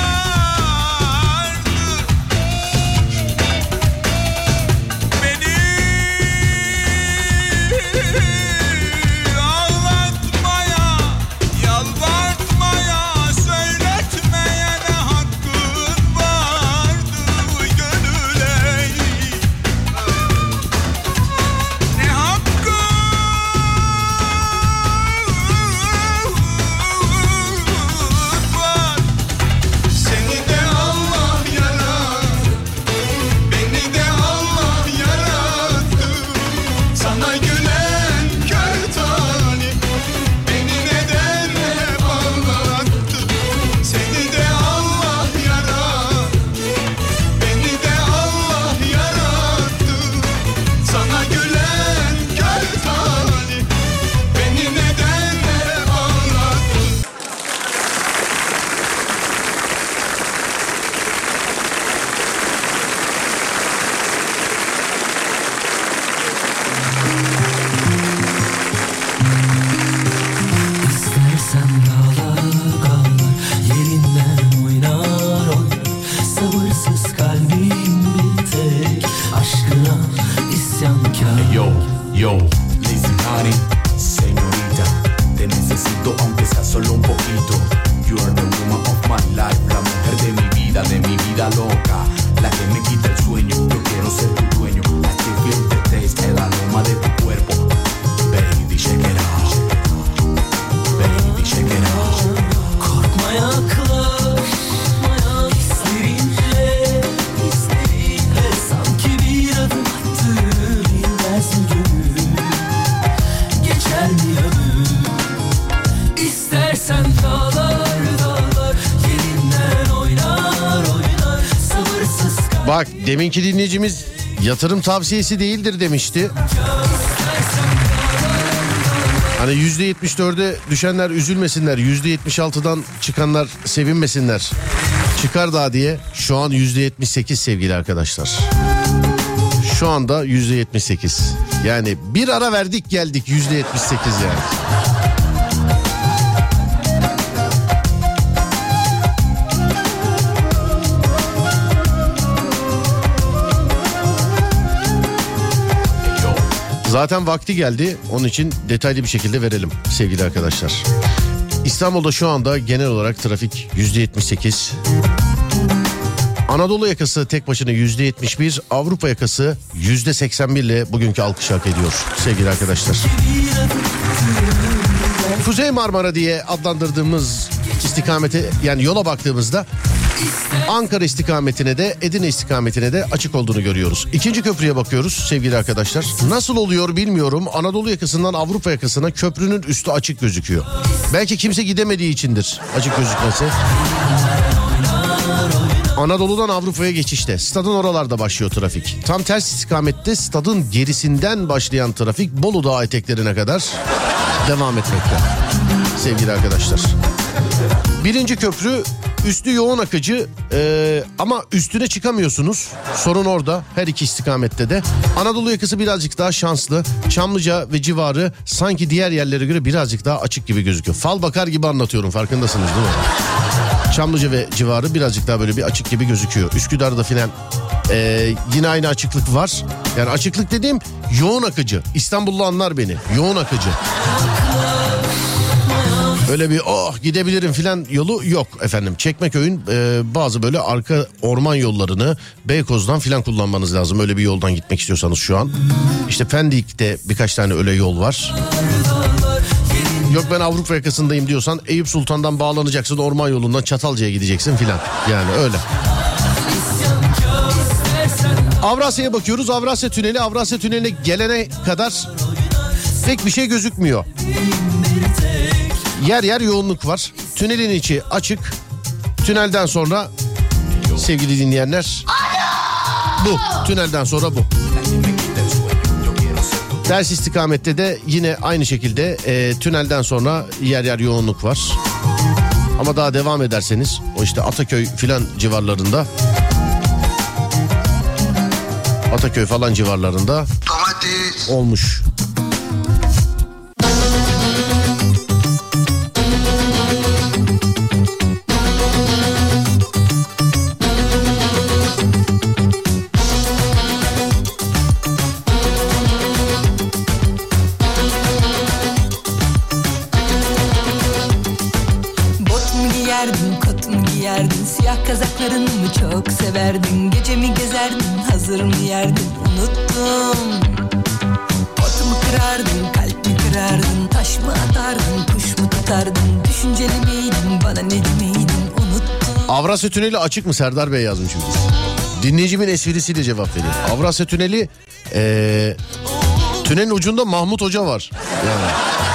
Beni ağlatmaya, yalvartmaya, söyletmeye ne hakkın vardı gönül ey? Ne hakkın var? Seni de Allah yarattı, beni de Allah yarattı. Sana gülen kör tali beni neden hep ağlattı. Seni de Allah yarattı, beni de Allah yarattı. Sana gülen kör tali beni neden hep ağlattı. İstersen dağlar kallar yerinden oynar oynar. Sabırsız kalbim bir tek aşkına isyankar. Yo, yo, listen honey, señorita, te necesito aunque sea solo un poquito. You are the woman of my life, la mujer de mi vida loca, la que me quita el sueño. Yo quiero ser tu dueño, I can feel the taste, el aroma de tu cuerpo. Baby, shake it out, baby, shake it out. Korkma yaklaş, hislerinle sanki bir adım attın. Bilmez mi gönül, geçer mi ömür? İstersen dağlar dağlar yerinden oynar oynar. Sabırsız kalbim. Bak deminki dinleyicimiz yatırım tavsiyesi değildir demişti. Hani %74'e düşenler üzülmesinler, %76'dan çıkanlar sevinmesinler. Çıkar daha diye şu an %78 sevgili arkadaşlar. Şu anda %78. Yani bir ara verdik geldik %78 yani. Zaten vakti geldi. Onun için detaylı bir şekilde verelim sevgili arkadaşlar. İstanbul'da şu anda genel olarak trafik %78. Anadolu yakası tek başına %71, Avrupa yakası %81 ile bugünkü alkışı hak ediyor sevgili arkadaşlar. Kuzey Marmara diye adlandırdığımız istikamete, yani yola baktığımızda Ankara istikametine de Edirne istikametine de açık olduğunu görüyoruz. İkinci köprüye bakıyoruz sevgili arkadaşlar. Nasıl oluyor bilmiyorum. Anadolu yakasından Avrupa yakasına köprünün üstü açık gözüküyor. Belki kimse gidemediği içindir açık gözükmesi. Anadolu'dan Avrupa'ya geçişte stadın oralarda başlıyor trafik. Tam ters istikamette stadın gerisinden başlayan trafik Bolu Dağı eteklerine kadar devam etmekte sevgili arkadaşlar. Birinci köprü üstü yoğun akıcı ama üstüne çıkamıyorsunuz. Sorun orada her iki istikamette de. Anadolu yakası birazcık daha şanslı. Çamlıca ve civarı sanki diğer yerlere göre birazcık daha açık gibi gözüküyor. Fal bakar gibi anlatıyorum, farkındasınız değil mi? Çamlıca ve civarı birazcık daha böyle bir açık gibi gözüküyor. Üsküdar'da filan yine aynı açıklık var. Yani açıklık dediğim yoğun akıcı. İstanbullu anlar beni. Yoğun akıcı. Öyle bir gidebilirim filan yolu yok efendim. Çekmeköy'ün bazı böyle arka orman yollarını Beykoz'dan filan kullanmanız lazım. Öyle bir yoldan gitmek istiyorsanız şu an. İşte Pendik'te birkaç tane öyle yol var. Yok ben Avrupa yakasındayım diyorsan Eyüp Sultan'dan bağlanacaksın, orman yolundan Çatalca'ya gideceksin filan. Yani öyle. Avrasya'ya bakıyoruz. Avrasya Tüneli'ne gelene kadar pek bir şey gözükmüyor. Yer yer yoğunluk var. Tünelin içi açık. Tünelden sonra sevgili dinleyenler bu. Tünelden sonra bu. Ters istikamette de yine aynı şekilde tünelden sonra yer yer yoğunluk var. Ama daha devam ederseniz o işte Ataköy filan civarlarında, Ataköy falan civarlarında olmuş. Kazaklarını mı çok severdin? Gece mi gezerdin? Hazır mı yerdin? Unuttum. Pot mu kırardın? Kalp mi kırardın? Taş mı atardın? Kuş mu tutardın? Düşünceli miydin? Bana ne demeydin? Unuttum. Avrasya Tüneli açık mı? Serdar Bey yazmış. Dinleyicimin esprisiyle cevap veriyor. Avrasya Tüneli tünelin ucunda Mahmut Hoca var. Yani.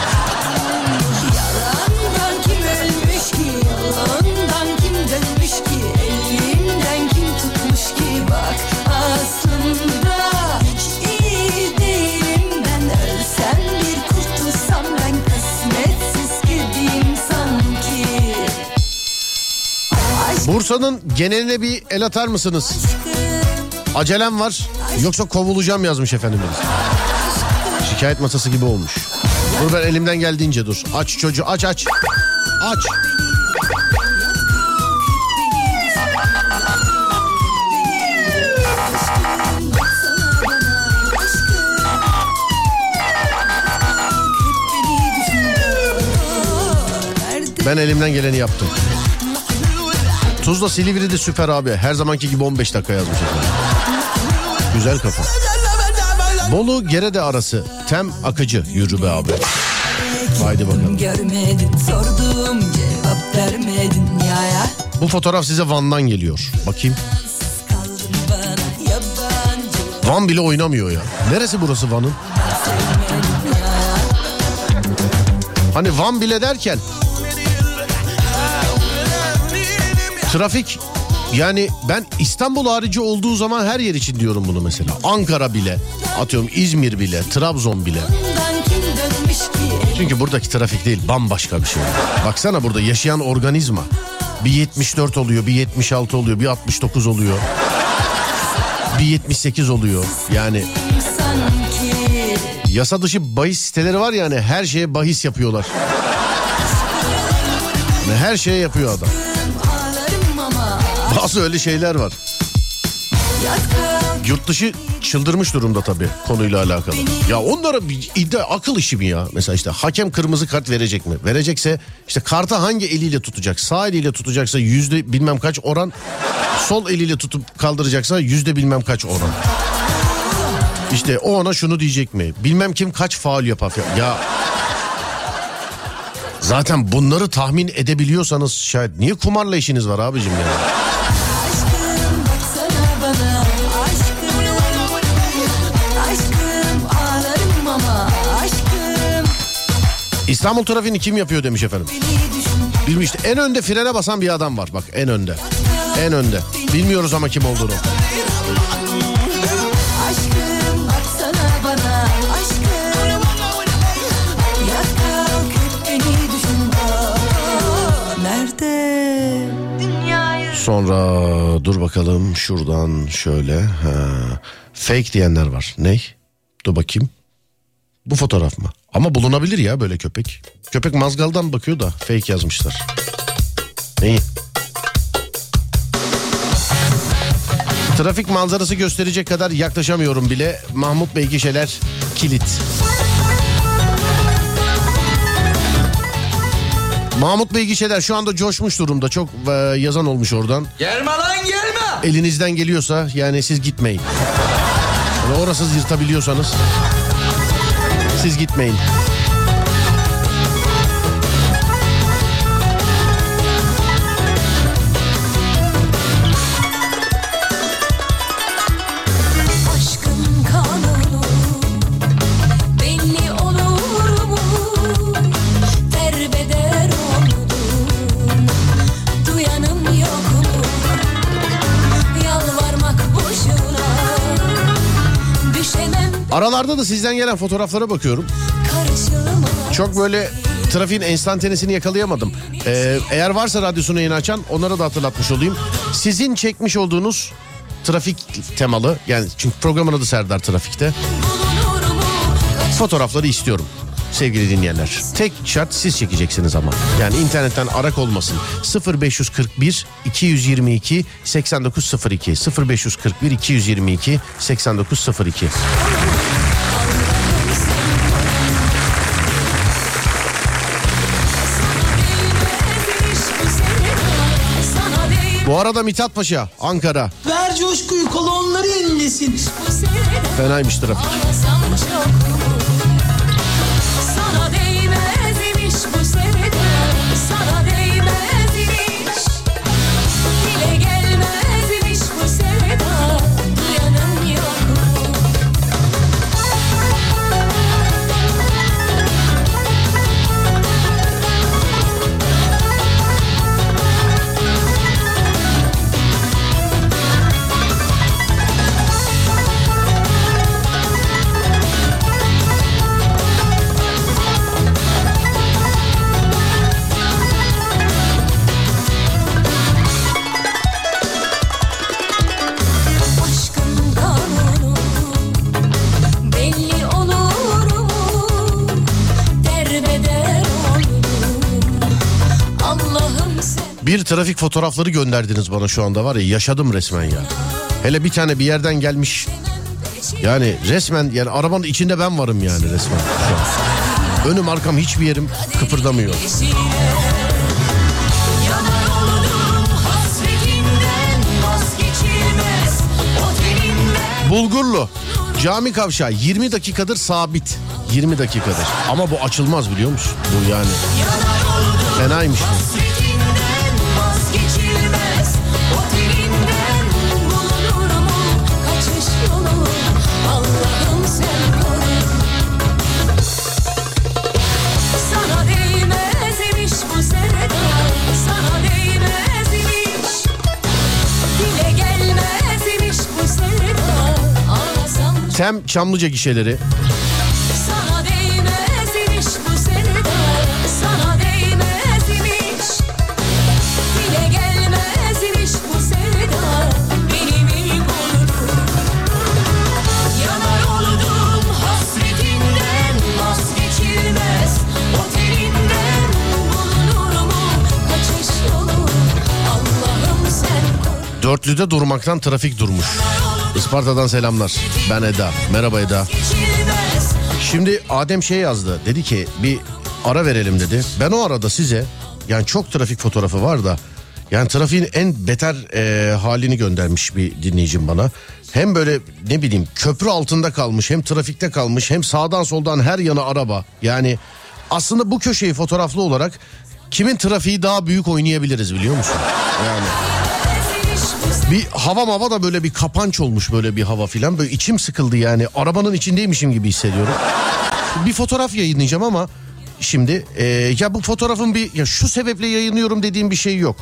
Bursa'nın geneline bir el atar mısınız? Acelem var yoksa kovulacağım yazmış efendimiz. Şikayet masası gibi olmuş. Dur ben elimden geldiğince dur. Aç çocuğu aç. Aç. Ben elimden geleni yaptım. Tuzla Silivri'de süper abi. Her zamanki gibi 15 dakika yazmış efendim. Güzel kafa. Bolu Gerede arası. Tem akıcı. Yürü be abi. Haydi bakalım. Görmedin, sordum, cevap vermedin ya. Bu fotoğraf size Van'dan geliyor. Bakayım. Van bile oynamıyor ya. Neresi burası Van'ın? Hani Van bile derken trafik, yani ben İstanbul harici olduğu zaman her yer için diyorum bunu mesela. Ankara bile, atıyorum İzmir bile, Trabzon bile. Çünkü buradaki trafik değil, bambaşka bir şey. Baksana burada yaşayan organizma. Bir 74 oluyor, bir 76 oluyor, bir 69 oluyor. Bir 78 oluyor. Yani yasa dışı bahis siteleri var yani, her şeye bahis yapıyorlar. Ve her şeye yapıyor adam. Bazı öyle şeyler var. Yurt dışı çıldırmış durumda tabii konuyla alakalı. Ya onlara bir iddia, akıl işi mi ya? Mesela işte hakem kırmızı kart verecek mi? Verecekse işte kartı hangi eliyle tutacak? Sağ eliyle tutacaksa yüzde bilmem kaç oran. Sol eliyle tutup kaldıracaksa yüzde bilmem kaç oran. İşte o ona şunu diyecek mi? Bilmem kim kaç faul yapar. Ya Zaten bunları tahmin edebiliyorsanız şayet niye kumarla işiniz var abicim ya? Aşkım baksana bana, aşkım ağlarım ama aşkım. İstanbul trafiğini kim yapıyor demiş efendim. Bilmiyorum işte, en önde frene basan bir adam var bak, en önde. En önde. Bilmiyoruz ama kim olduğunu. Aşkım baksana bana, aşkım. Yat kalk beni düşün. Nerede? Sonra dur bakalım şuradan şöyle. Fake diyenler var. Ney? Dur bakayım. Bu fotoğraf mı? Ama bulunabilir ya böyle köpek. Köpek mazgaldan bakıyor da fake yazmışlar. Neyi? Trafik manzarası gösterecek kadar yaklaşamıyorum bile. Mahmut Bey gişeler kilit. Mahmut Bey gişeler şu anda coşmuş durumda. Çok yazan olmuş oradan. Gelme lan gelme. Elinizden geliyorsa yani siz gitmeyin. Yani orası yırtabiliyorsanız siz gitmeyin. Aşkın kanunu belli olur mu? Derbeder oldun, duyanım yok mu? Yalvarmak boşuna, düşemem Aralarda da sizden gelen fotoğraflara bakıyorum. karşıma. Çok böyle trafiğin enstantanesini yakalayamadım. Eğer varsa radyosunu yeni açan onlara da hatırlatmış olayım. Sizin çekmiş olduğunuz trafik temalı, yani çünkü programın adı Serdar Trafik'te, fotoğrafları istiyorum sevgili dinleyenler. Tek şart siz çekeceksiniz ama. Yani internetten arak olmasın. 0541 222 8902 0541 222 8902. Bu arada Mithat Paşa, Ankara. Ver coşkuyu, kolonları yenilesin. Fenaymış trafik. Sana değmez imiş bu sevda, sana değmez imiş. Dile gelmez imiş bu sevda, duyanım yok mu? Aşkın kanunu belli olur mu? Derbeder oldum, Allah'ım sen. Bir trafik fotoğrafları gönderdiniz bana şu anda, var ya, yaşadım resmen ya. Hele bir tane bir yerden gelmiş. Yani resmen, yani arabanın içinde ben varım yani resmen. Şu an. Önüm arkam hiçbir yerim kıpırdamıyor. Yanar oldum hasretinden, vazgeçilmez o telinden. Bulgurlu cami kavşağı 20 dakikadır sabit. 20 dakikadır. Ama bu açılmaz biliyor musun? Bu yani. Yanar oldum Fenaymış bu. hasretinden, vazgeçilmez o telinden. Bulunur mu kaçış yolu, Allah'ım sen koru. Sana değmez imiş bu sevda, sana değmez imiş. Dile gelmez imiş bu sevda, ağlasam. Tem Çamlıca gişeleri. Sana değmez imiş bu sevda, sana değmez imiş. Dile gelmez imiş bu sevda, benim ilk olur. Yanar oldum hasretinden, vazgeçilmez o telinden. Bulunur mu kaçış yolu, Allah'ım sen koru. Dörtlüde durmaktan trafik durmuş. Isparta'dan selamlar. Ben Eda. Merhaba Eda. Geçilmez. Şimdi Adem şey yazdı. Dedi ki bir ara verelim dedi. Ben o arada size, yani çok trafik fotoğrafı var da, yani trafiğin en beter halini göndermiş bir dinleyicim bana. Hem böyle ne bileyim köprü altında kalmış, hem trafikte kalmış, hem sağdan soldan her yana araba. Yani Aslında bu köşeyi fotoğraflı olarak kimin trafiği daha büyük oynayabiliriz biliyor musun? Yani bir hava da böyle bir kapanç olmuş, böyle bir hava filan, böyle içim sıkıldı yani, arabanın içindeymişim gibi hissediyorum. Bir fotoğraf yayınlayacağım ama şimdi ya bu fotoğrafın ya şu sebeple yayınlıyorum dediğim bir şey yok.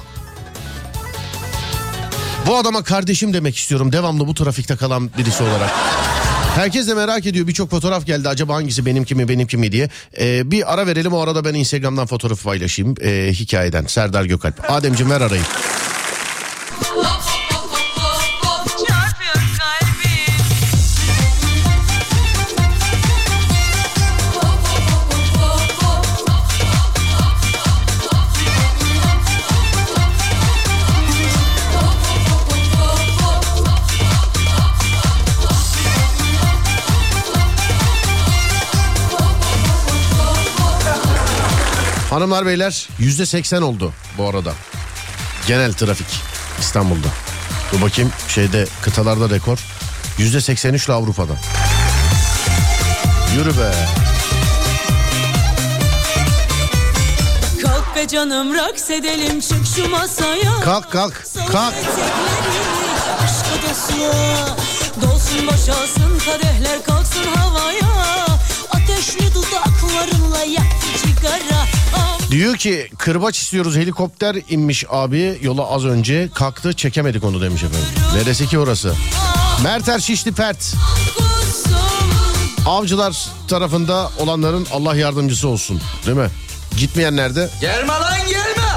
Bu adama kardeşim demek istiyorum, devamlı bu trafikte kalan birisi olarak. Herkes de merak ediyor, birçok fotoğraf geldi, acaba hangisi benimki mi diye. Bir ara verelim, o arada ben Instagram'dan fotoğrafı paylaşayım hikayeden. Serdar Gökalp. Ademciğim ver arayı. Hanımlar beyler, %80 oldu bu arada genel trafik İstanbul'da. Dur bakayım, kıtalarda rekor %83'le Avrupa'da. Yürü be. Kalk be canım, raks edelim, çık şu masaya. Kalk. Aşka dostluğa dolsun, boşalsın kadehler, kalksın havaya. Ateşli dudaklarınla yak sigara. Diyor ki kırbaç istiyoruz, helikopter inmiş abi yola az önce, kalktı çekemedik onu demiş efendim. Neresi ki orası? Merter Şişli Pert. Avcılar tarafında olanların Allah yardımcısı olsun, değil mi? Gitmeyenler de. Gelme lan gelme.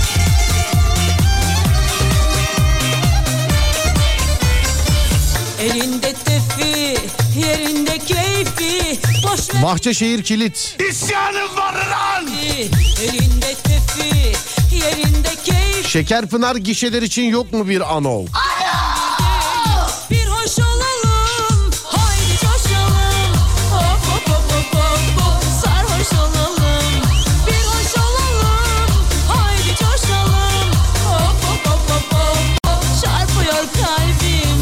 Elinde tefi, yerinde keyfi. Bahçeşehir kilit. İsyanım var lan. Elinde tefi, yerinde keyfi. Şekerpınar gişeler için yok mu bir anol? Bir hoş olalım, haydi coşalım. Hop hop hop hop hop hop, sarhoş olalım. Bir hoş olalım, haydi coşalım. Hop hop hop hop hop hop, çarpıyor kalbim.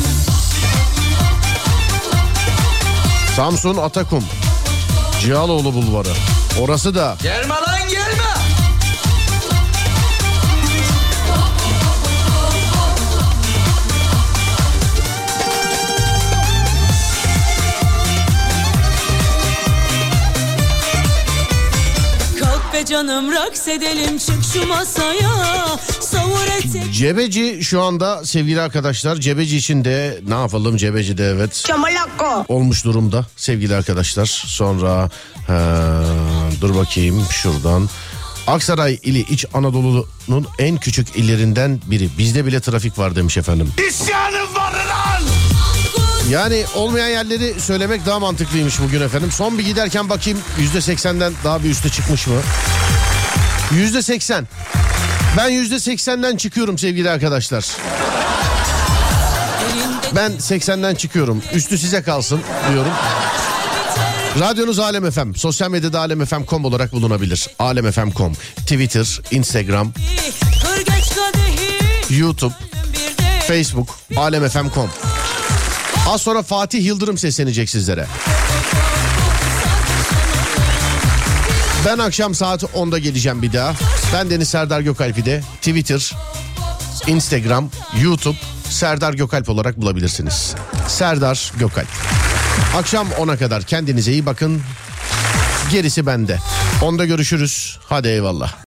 Samsun Atakum, Cihaloğlu Bulvarı. Orası da. Gelme lan gelme. Kalk be canım, raks edelim, çık şu masaya. Savur etek. Cebeci şu anda sevgili arkadaşlar, Cebeci için de ne yapalım, Cebeci'de evet olmuş durumda sevgili arkadaşlar. Sonra dur bakayım şuradan, Aksaray ili İç Anadolu'nun en küçük illerinden biri, bizde bile trafik var demiş efendim. İsyanım var lan. Yani olmayan yerleri söylemek daha mantıklıymış bugün efendim. Son bir giderken bakayım %80'den daha bir üste çıkmış mı? %80. Ben %80'den çıkıyorum sevgili arkadaşlar. Ben 80'den çıkıyorum. Üstü size kalsın diyorum. Radyonuz Alem FM. Sosyal medyada alemfm.com olarak bulunabilir. Alemfm.com. Twitter, Instagram, YouTube, Facebook, alemfm.com. Az sonra Fatih Yıldırım seslenecek sizlere. Ben akşam saat 10'da geleceğim bir daha. Ben Deniz Serdar Gökalp'i de Twitter, Instagram, YouTube Serdar Gökalp olarak bulabilirsiniz. Serdar Gökalp. Akşam 10'a kadar kendinize iyi bakın. Gerisi bende. 10'da görüşürüz. Hadi eyvallah.